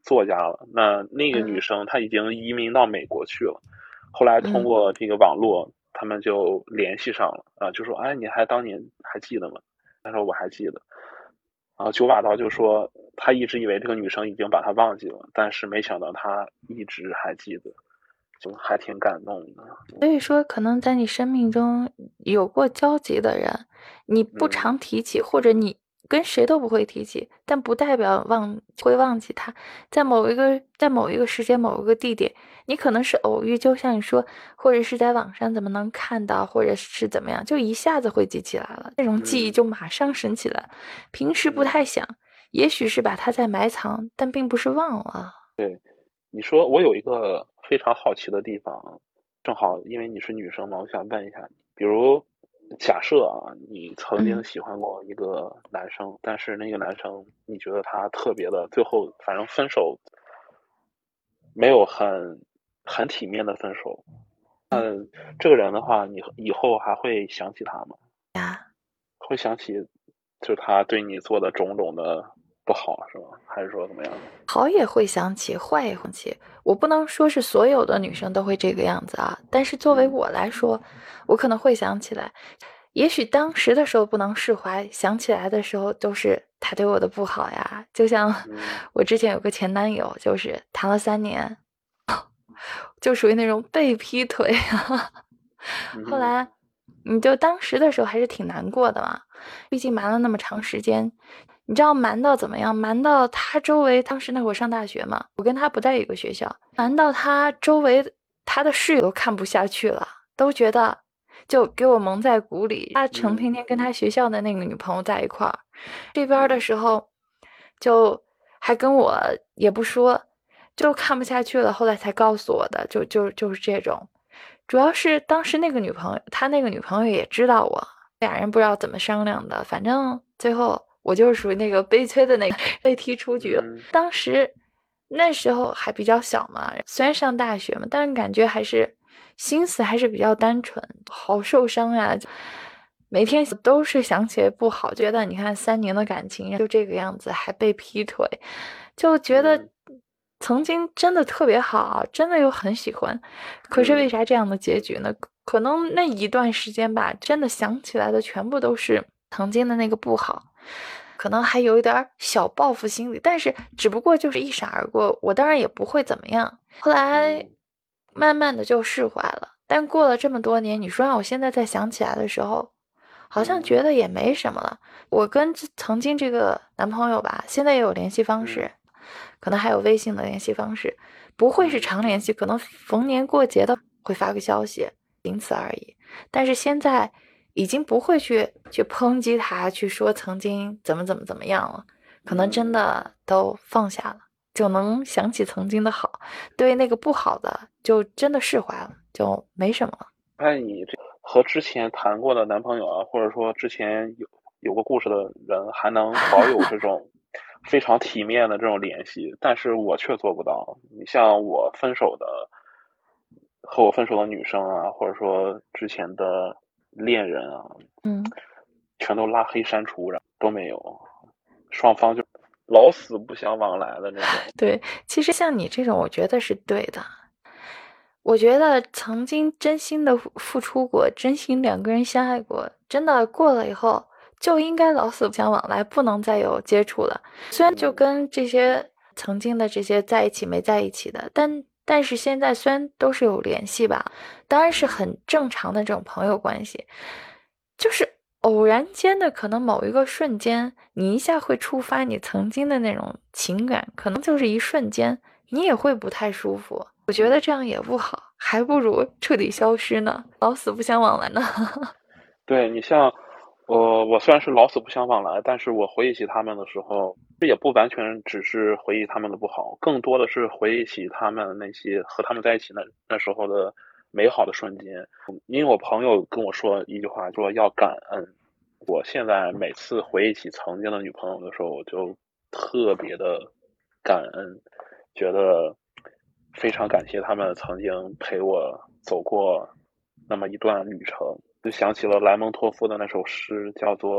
Speaker 1: 作家了。那那个女生她已经移民到美国去了，后来通过这个网络，他们就联系上了啊，就说哎，你还当年还记得吗？他说我还记得。然后九把刀就说他一直以为这个女生已经把他忘记了，但是没想到他一直还记得，就还挺感动的。
Speaker 2: 所以说，可能在你生命中有过交集的人，你不常提起，或者你跟谁都不会提起，但不代表忘会忘记他。在某一个在某一个时间、某一个地点，你可能是偶遇，就像你说，或者是在网上怎么能看到，或者是怎么样，就一下子会记起来了，那种记忆就马上升起来。平时不太想，也许是把它在埋藏，但并不是忘了。
Speaker 1: 对，你说我有一个非常好奇的地方，正好因为你是女生嘛，我想问一下你，比如假设啊，你曾经喜欢过一个男生，嗯、但是那个男生你觉得他特别的，最后反正分手没有很很体面的分手，嗯，这个人的话，你以后还会想起他吗？
Speaker 2: 呀，
Speaker 1: 会想起就他对你做的种种的不好是吗？还是说怎么样？
Speaker 2: 好也会想起，坏也会想起。我不能说是所有的女生都会这个样子啊，但是作为我来说，我可能会想起来。也许当时的时候不能释怀，想起来的时候都是他对我的不好呀。就像我之前有个前男友，就是谈了三年，就属于那种被劈腿啊。后来，你就当时的时候还是挺难过的嘛，毕竟瞒了那么长时间。你知道瞒到怎么样？瞒到他周围，当时那会儿上大学嘛，我跟他不在一个学校，瞒到他周围他的室友都看不下去了，都觉得就给我蒙在鼓里。他成天天跟他学校的那个女朋友在一块儿，这边的时候就还跟我也不说，就看不下去了，后来才告诉我的，就就就是这种。主要是当时那个女朋友，他那个女朋友也知道我，俩人不知道怎么商量的，反正最后我就是属于那个悲催的那个被踢出局了。当时那时候还比较小嘛，虽然上大学嘛，但是感觉还是心思还是比较单纯，好受伤呀。每天都是想起来不好，觉得你看三年的感情就这个样子，还被劈腿，就觉得曾经真的特别好，真的又很喜欢。可是为啥这样的结局呢？可能那一段时间吧，真的想起来的全部都是曾经的那个不好，可能还有一点小报复心理，但是只不过就是一闪而过，我当然也不会怎么样。后来慢慢的就释怀了，但过了这么多年，你说让我现在再想起来的时候，好像觉得也没什么了。我跟曾经这个男朋友吧，现在也有联系方式，可能还有微信的联系方式，不会是常联系，可能逢年过节的会发个消息，仅此而已。但是现在已经不会去去抨击他，去说曾经怎么怎么怎么样了，可能真的都放下了，就能想起曾经的好，对那个不好的就真的释怀了，就没什么了。
Speaker 1: 那你这和之前谈过的男朋友啊，或者说之前有有过故事的人，还能保有这种非常体面的这种联系，但是我却做不到。你像我分手的，和我分手的女生啊，或者说之前的恋人啊，
Speaker 2: 嗯，
Speaker 1: 全都拉黑删除，都没有，双方就老死不相往来的那种。
Speaker 2: 对，其实像你这种，我觉得是对的。我觉得曾经真心的付出过，真心两个人相爱过，真的过了以后就应该老死不相往来，不能再有接触了。虽然就跟这些曾经的这些在一起没在一起的，但但是现在虽然都是有联系吧，当然是很正常的这种朋友关系，就是偶然间的可能某一个瞬间，你一下会触发你曾经的那种情感，可能就是一瞬间，你也会不太舒服。我觉得这样也不好，还不如彻底消失呢，老死不相往来呢。
Speaker 1: 对，你像我，我虽然是老死不相往来，但是我回忆起他们的时候，这也不完全只是回忆他们的不好，更多的是回忆起他们那些和他们在一起那那时候的美好的瞬间。因为我朋友跟我说一句话，说要感恩。我现在每次回忆起曾经的女朋友的时候，我就特别的感恩，觉得非常感谢他们曾经陪我走过那么一段旅程。就想起了莱蒙托夫的那首诗，叫做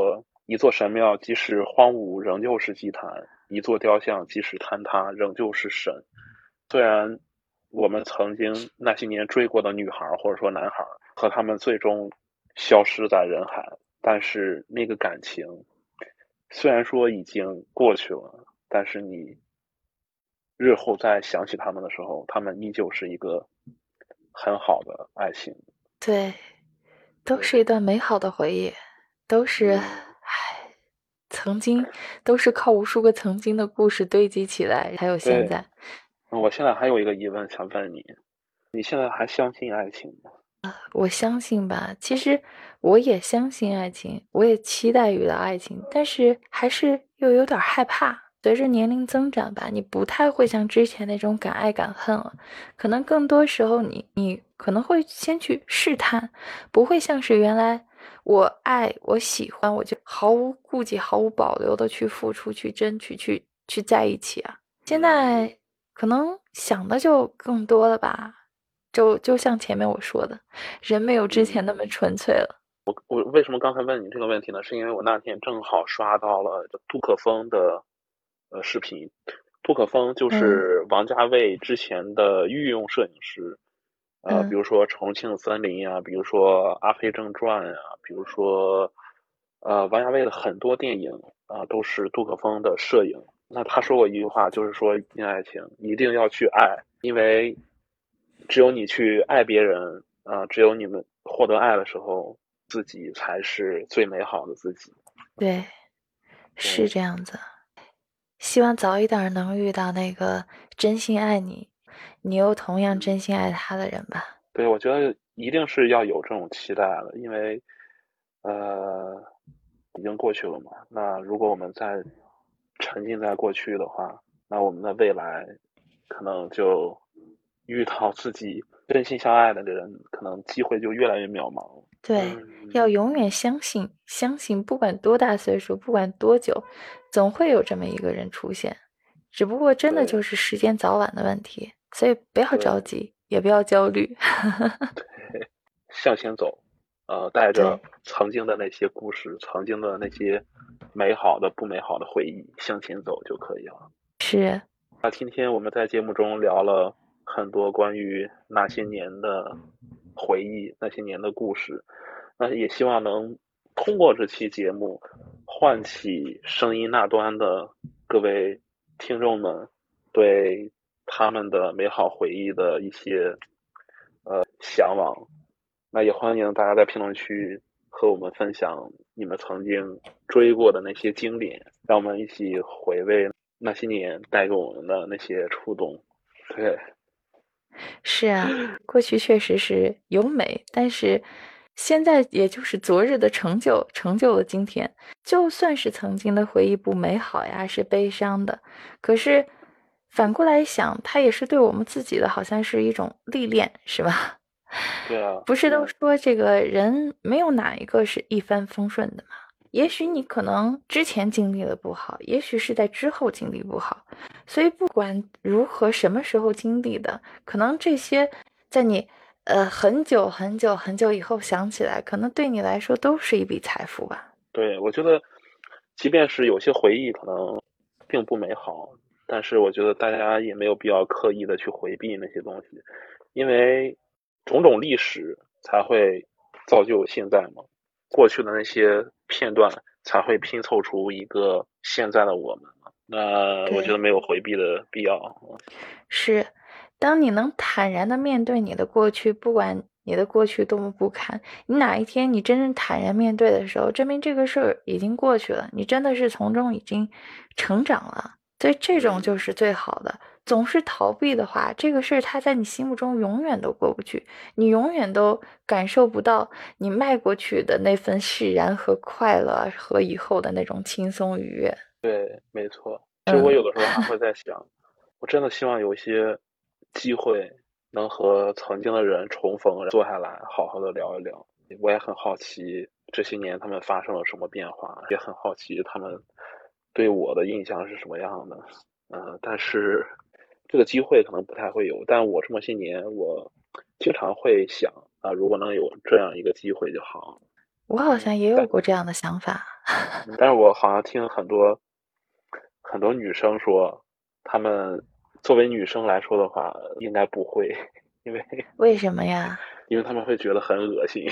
Speaker 1: 一座神庙即使荒芜，仍旧是祭坛；一座雕像即使坍塌，仍旧是神。虽然我们曾经那些年追过的女孩或者说男孩和他们最终消失在人海，但是那个感情虽然说已经过去了，但是你日后再想起他们的时候，他们依旧是一个很好的爱情。
Speaker 2: 对，都是一段美好的回忆，都是，唉，曾经都是靠无数个曾经的故事堆积起来，才有现在。
Speaker 1: 我现在还有一个疑问想问你，你现在还相信爱情吗？
Speaker 2: 我相信吧，其实我也相信爱情，我也期待遇到爱情，但是还是又有点害怕。随着年龄增长吧，你不太会像之前那种敢爱敢恨了，可能更多时候你你可能会先去试探，不会像是原来我爱我喜欢我就毫无顾忌、毫无保留的去付出、去争取、去去在一起啊。现在可能想的就更多了吧。就就像前面我说的，人没有之前那么纯粹了。
Speaker 1: 我我为什么刚才问你这个问题呢？是因为我那天正好刷到了杜可风的呃视频。杜可风就是王家卫之前的御用摄影师，
Speaker 2: 嗯、
Speaker 1: 呃，比如说《重庆森林》啊，比如说《阿飞正传》啊，比如说呃王家卫的很多电影啊、呃，都是杜可风的摄影。那他说过一句话，就是说恋爱情一定要去爱，因为只有你去爱别人啊、呃，只有你们获得爱的时候，自己才是最美好的自己。
Speaker 2: 对，是这样子。希望早一点能遇到那个真心爱你，你又同样真心爱他的人吧。
Speaker 1: 对，我觉得一定是要有这种期待的，因为呃，已经过去了嘛。那如果我们再沉浸在过去的话，那我们的未来可能就遇到自己真心相爱的人，可能机会就越来越渺茫。
Speaker 2: 对，
Speaker 1: 嗯、
Speaker 2: 要永远相信，相信不管多大岁数，不管多久，总会有这么一个人出现。只不过真的就是时间早晚的问题，所以不要着急，也不要焦虑。
Speaker 1: 对，向前走，呃，带着曾经的那些故事，曾经的那些美好的、不美好的回忆向前走就可以了。
Speaker 2: 是。
Speaker 1: 那今天我们在节目中聊了很多关于那些年的回忆，那些年的故事。那也希望能通过这期节目，唤起声音那端的各位听众们对他们的美好回忆的一些呃向往。那也欢迎大家在评论区和我们分享你们曾经追过的那些经典，让我们一起回味那些年带给我们的那些触动。对，
Speaker 2: 是啊，过去确实是有美，但是现在也就是昨日的成就，成就了今天。就算是曾经的回忆不美好呀，是悲伤的，可是反过来想，它也是对我们自己的，好像是一种历练，是吧？
Speaker 1: 对啊，
Speaker 2: 不是都说这个人没有哪一个是一帆风顺的吗？也许你可能之前经历了不好，也许是在之后经历不好，所以不管如何什么时候经历的，可能这些在你呃很久很久很久以后想起来，可能对你来说都是一笔财富吧。
Speaker 1: 对，我觉得即便是有些回忆可能并不美好，但是我觉得大家也没有必要刻意的去回避那些东西，因为种种历史才会造就现在嘛，过去的那些片段才会拼凑出一个现在的我们。那我觉得没有回避的必要。
Speaker 2: 是，当你能坦然的面对你的过去，不管你的过去多么不堪，你哪一天你真正坦然面对的时候，证明这个事儿已经过去了，你真的是从中已经成长了。所以这种就是最好的。总是逃避的话，这个事儿它在你心目中永远都过不去，你永远都感受不到你迈过去的那份释然和快乐和以后的那种轻松愉悦。
Speaker 1: 对，没错。其实我有的时候还会在想，我真的希望有一些机会能和曾经的人重逢，坐下来好好的聊一聊。我也很好奇这些年他们发生了什么变化，也很好奇他们对我的印象是什么样的。呃，但是这个机会可能不太会有。但我这么些年，我经常会想啊，如果能有这样一个机会就好。
Speaker 2: 我好像也有过这样的想法。
Speaker 1: 但是我好像听很多很多女生说，她们作为女生来说的话，应该不会，因为
Speaker 2: 为什么呀？
Speaker 1: 因为她们会觉得很恶心。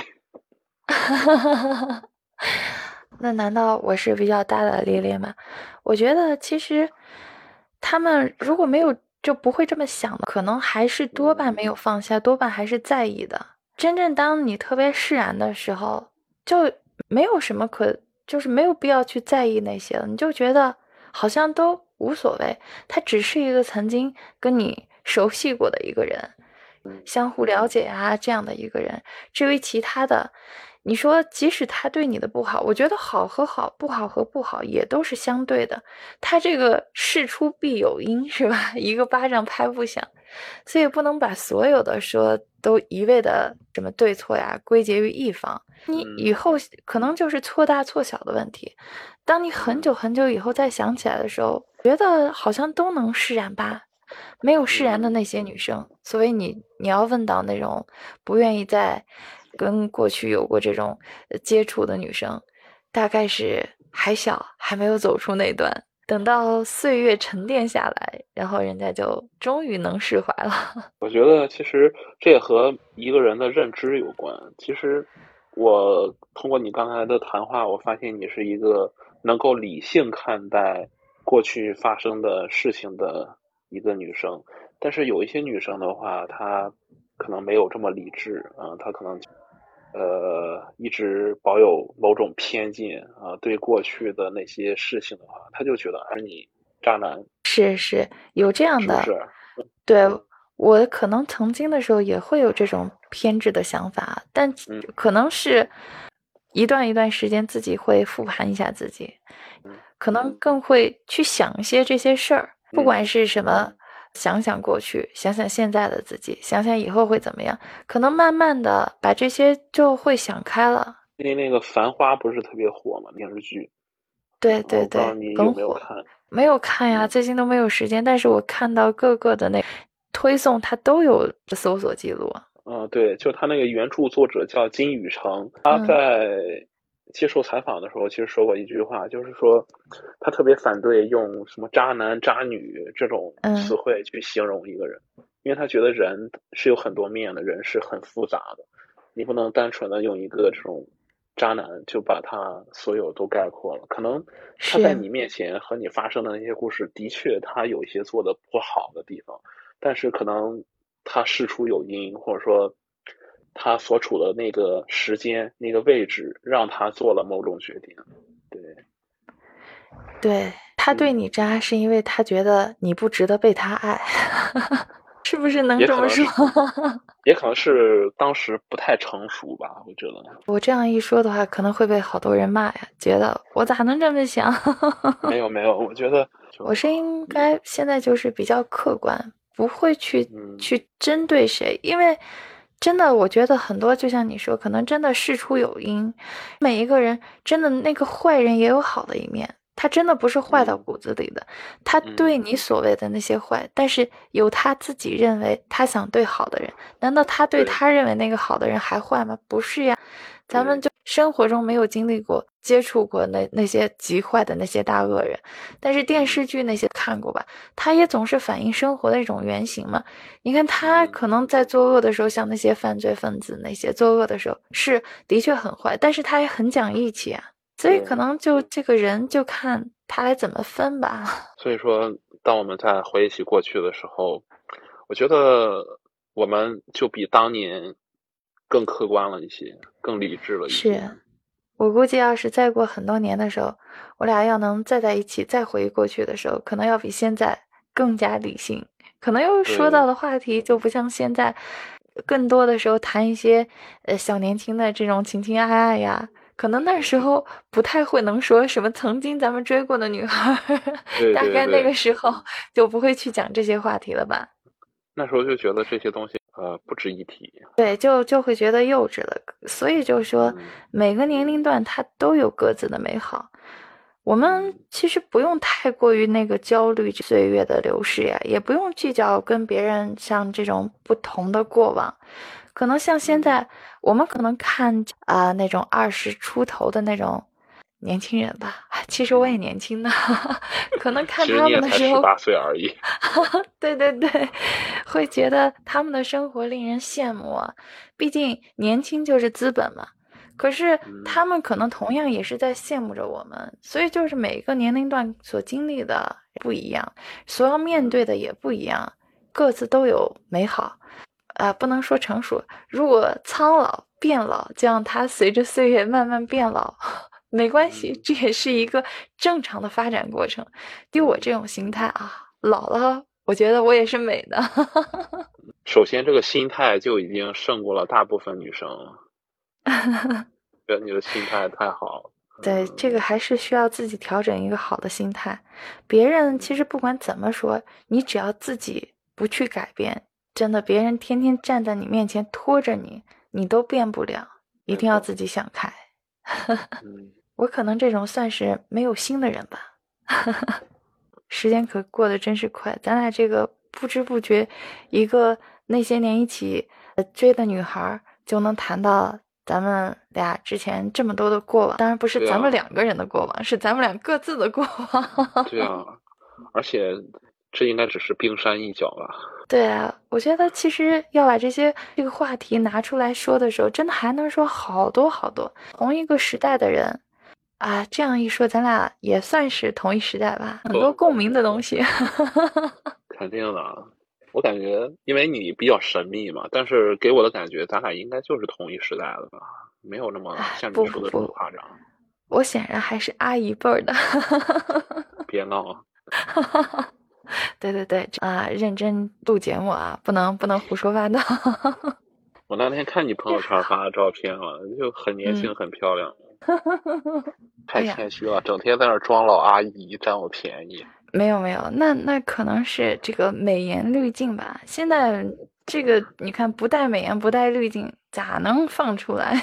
Speaker 2: 那难道我是比较大大咧咧吗？我觉得其实他们如果没有就不会这么想的，可能还是多半没有放下，多半还是在意的。真正当你特别释然的时候，就没有什么可，就是没有必要去在意那些了，你就觉得好像都无所谓，他只是一个曾经跟你熟悉过的一个人，相互了解啊这样的一个人。至于其他的，你说即使他对你的不好，我觉得好和好，不好和不好也都是相对的。他这个事出必有因，是吧？一个巴掌拍不响，所以不能把所有的说都一味的什么对错呀归结于一方。你以后可能就是错大错小的问题。当你很久很久以后再想起来的时候，觉得好像都能释然吧。没有释然的那些女生，所以你你要问到那种不愿意再跟过去有过这种接触的女生，大概是还小，还没有走出那段。等到岁月沉淀下来，然后人家就终于能释怀了。
Speaker 1: 我觉得其实这也和一个人的认知有关。其实我通过你刚才的谈话，我发现你是一个能够理性看待过去发生的事情的一个女生。但是有一些女生的话，她可能没有这么理智啊，她可能呃一直保有某种偏见啊，对过去的那些事情的话，她就觉得哎你渣男，
Speaker 2: 是是，有这样的，
Speaker 1: 是不是？
Speaker 2: 对，我可能曾经的时候也会有这种偏执的想法，但
Speaker 1: 嗯
Speaker 2: 可能是一段一段时间自己会复盘一下自己，可能更会去想一些这些事儿，不管是什么，想想过去，想想现在的自己，想想以后会怎么样，可能慢慢的把这些就会想开了。
Speaker 1: 因为那个《繁花》不是特别火嘛，电视剧。
Speaker 2: 对对
Speaker 1: 我不知道
Speaker 2: 对，
Speaker 1: 你有
Speaker 2: 很火。
Speaker 1: 没有看。
Speaker 2: 没有看呀，最近都没有时间，但是我看到各个的那推送，它都有搜索记录。
Speaker 1: 嗯，对，就他那个原著作者叫金宇成，他
Speaker 2: 嗯
Speaker 1: 在接受采访的时候，其实说过一句话，就是说他特别反对用什么渣男、渣女这种词
Speaker 2: 嗯，
Speaker 1: 汇去形容一个人，因为他觉得人是有很多面的，人是很复杂的，你不能单纯的用一个这种渣男就把他所有都概括了。可能他在
Speaker 2: 是
Speaker 1: 你面前和你发生的那些故事，的确他有一些做的不好的地方，但是可能他事出有因，或者说他所处的那个时间、那个位置，让他做了某种决定。对，
Speaker 2: 对，他对
Speaker 1: 嗯，
Speaker 2: 你渣，是因为他觉得你不值得被他爱，是不是能这么说？
Speaker 1: 也可能是，也可能是当时不太成熟吧，我觉得。
Speaker 2: 我这样一说的话，可能会被好多人骂呀，觉得我咋能这么想？
Speaker 1: 没有没有，我觉得就
Speaker 2: 我是应该现在就是比较客观，不会去
Speaker 1: 嗯，
Speaker 2: 去针对谁，因为真的，我觉得很多就像你说，可能真的事出有因，每一个人真的那个坏人也有好的一面，他真的不是坏到
Speaker 1: 嗯
Speaker 2: 骨子里的，他对
Speaker 1: 嗯，
Speaker 2: 你所谓的那些坏，但是有他自己认为他想对好的人，难道他对
Speaker 1: 对
Speaker 2: 他认为那个好的人还坏吗？不是呀。咱们
Speaker 1: 对，
Speaker 2: 就生活中没有经历过、接触过那那些极坏的那些大恶人，但是电视剧那些看过吧，它也总是反映生活的一种原型嘛。你看他可能在作恶的时候，像那些犯罪分子那些作恶的时候，是的确很坏，但是他也很讲义气啊。所以可
Speaker 1: 对，
Speaker 2: 能就这个人就看他来怎么分吧。
Speaker 1: 所以说，当我们在回忆起过去的时候，我觉得我们就比当年更客观了一些，更理智了一些。
Speaker 2: 是我估计，要是再过很多年的时候，我俩要能再在一起，再回忆过去的时候，可能要比现在更加理性。可能又说到
Speaker 1: 对
Speaker 2: 的话题就不像现在，更多的时候谈一些呃小年轻的这种情情爱爱呀。可能那时候不太会能说什么曾经咱们追过的女孩，
Speaker 1: 对
Speaker 2: 大概那
Speaker 1: 对对，
Speaker 2: 个时候就不会去讲这些话题了吧。
Speaker 1: 那时候就觉得这些东西呃不值一提。
Speaker 2: 对，就就会觉得幼稚了。所以就说
Speaker 1: 嗯
Speaker 2: 每个年龄段它都有各自的美好。 我们其实不用太过于那个焦虑岁月的流逝呀，也不用计较跟别人像这种不同的过往。可能像现在，我们可能看啊、呃、那种二十出头的那种年轻人吧，其实我也年轻的，可能看他们的时候，
Speaker 1: 其实你也才十八岁而已。
Speaker 2: 对对对，会觉得他们的生活令人羡慕啊。毕竟年轻就是资本嘛。可是他们可能同样也是在羡慕着我们，所以就是每个年龄段所经历的不一样，所要面对的也不一样，各自都有美好。呃，不能说成熟，如果苍老变老，就让它随着岁月慢慢变老，没关系，这也是一个正常的发展过程。对我这种心态啊，老了，我觉得我也是美的。
Speaker 1: 首先，这个心态就已经胜过了大部分女生了。觉得你的心态太好了。
Speaker 2: 对，这个还是需要自己调整一个好的心态。别人其实不管怎么说，你只要自己不去改变，真的，别人天天站在你面前拖着你，你都变不了。一定要自己想开。我可能这种算是没有心的人吧。时间可过得真是快，咱俩这个不知不觉，一个那些年一起追的女孩就能谈到咱们俩之前这么多的过往。当然不是咱们两个人的过往，啊、是咱们俩各自的过往。
Speaker 1: 对啊，而且这应该只是冰山一角吧。
Speaker 2: 对啊，我觉得其实要把这些这个话题拿出来说的时候，真的还能说好多好多。同一个时代的人啊，这样一说，咱俩也算是同一时代吧，很多共鸣的东西。
Speaker 1: 肯定的，我感觉因为你比较神秘嘛，但是给我的感觉，咱俩应该就是同一时代的吧，没有那么像你说的这么夸张。
Speaker 2: 我显然还是阿姨辈儿的。
Speaker 1: 别闹。
Speaker 2: 对对对啊，认真录节目啊，不能不能胡说八道。
Speaker 1: 我那天看你朋友圈发的照片了，就很年轻、嗯、很漂亮。太谦虚了，整天在那装老阿姨，占我便宜。
Speaker 2: 没有没有，那那可能是这个美颜滤镜吧。现在这个你看，不带美颜不带滤镜，咋能放出来？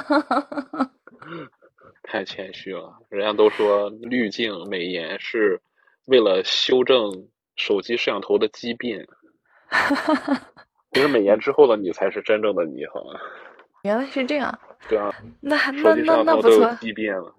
Speaker 1: 太谦虚了，人家都说滤镜美颜是为了修正手机摄像头的畸变。其实美颜之后的你才是真正的你，好吗？
Speaker 2: 原来是这样。
Speaker 1: 对啊，
Speaker 2: 那那那那不错。
Speaker 1: 畸变了。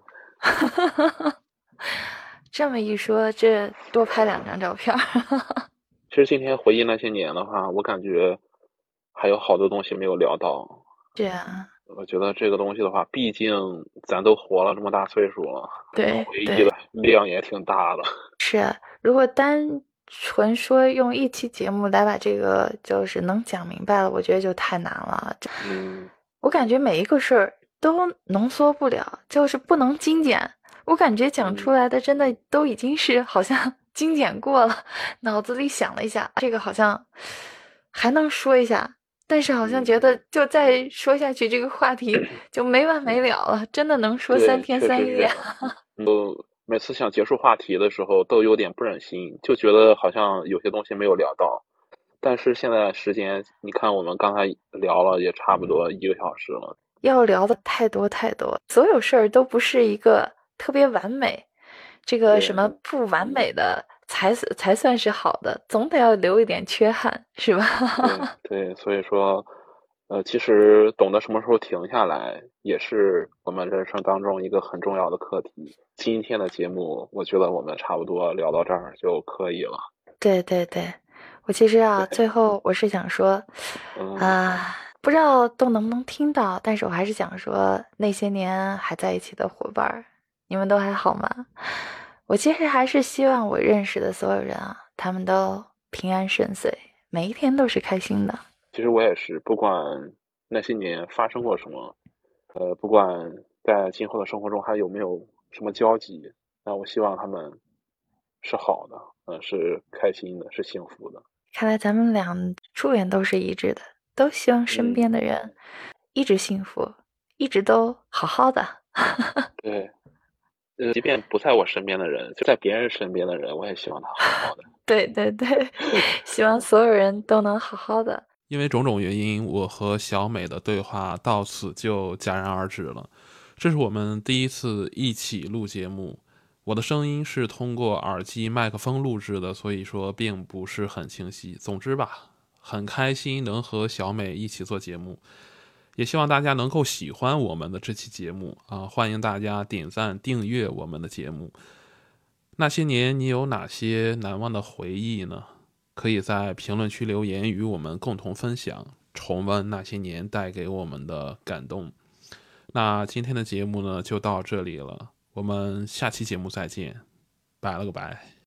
Speaker 2: 这么一说，这多拍两张照片。
Speaker 1: 其实今天回忆那些年的话，我感觉还有好多东西没有聊到。
Speaker 2: 是啊。
Speaker 1: 我觉得这个东西的话，毕竟咱都活了这么大岁数了，
Speaker 2: 对，
Speaker 1: 回忆的量也挺大的。
Speaker 2: 是啊，如果单纯说用一期节目来把这个就是能讲明白了，我觉得就太难了。
Speaker 1: 嗯，
Speaker 2: 我感觉每一个事儿都浓缩不了，就是不能精简。我感觉讲出来的真的都已经是好像精简过了，脑子里想了一下，这个好像还能说一下，但是好像觉得就再说下去这个话题就没完没了了，真的能说三天三夜。
Speaker 1: 都每次想结束话题的时候都有点不忍心，就觉得好像有些东西没有聊到。但是现在时间，你看我们刚才聊了也差不多一个小时了，
Speaker 2: 要聊的太多太多，所有事儿都不是一个特别完美，这个什么不完美的才才算是好的，总得要留一点缺憾，是吧？
Speaker 1: 对对，所以说，呃，其实懂得什么时候停下来，也是我们人生当中一个很重要的课题。今天的节目，我觉得我们差不多聊到这儿就可以了。
Speaker 2: 对对对，我其实啊，最后我是想说，啊、呃，不知道都能不能听到，但是我还是想说，那些年还在一起的伙伴，你们都还好吗？我其实还是希望我认识的所有人啊，他们都平安顺遂，每一天都是开心的。
Speaker 1: 其实我也是，不管那些年发生过什么，呃，不管在今后的生活中还有没有什么交集，那我希望他们是好的，呃，是开心的，是幸福的。
Speaker 2: 看来咱们俩祝愿都是一致的，都希望身边的人一直幸福，嗯、一直都好好的。
Speaker 1: 对。呃，即便不在我身边的人，就在别人身边的人，我也希望他好好的。
Speaker 2: 对对对，希望所有人都能好好的。
Speaker 1: 因为种种原因，我和小美的对话到此就戛然而止了。这是我们第一次一起录节目， 我的声音是通过耳机麦克风录制的，所以说并不是很清晰。总之吧，很开心能和小美一起做节目，也希望大家能够喜欢我们的这期节目啊！欢迎大家点赞订阅我们的节目。那些年你有哪些难忘的回忆呢？可以在评论区留言与我们共同分享，重温那些年带给我们的感动。那今天的节目呢就到这里了，我们下期节目再见，拜了个拜。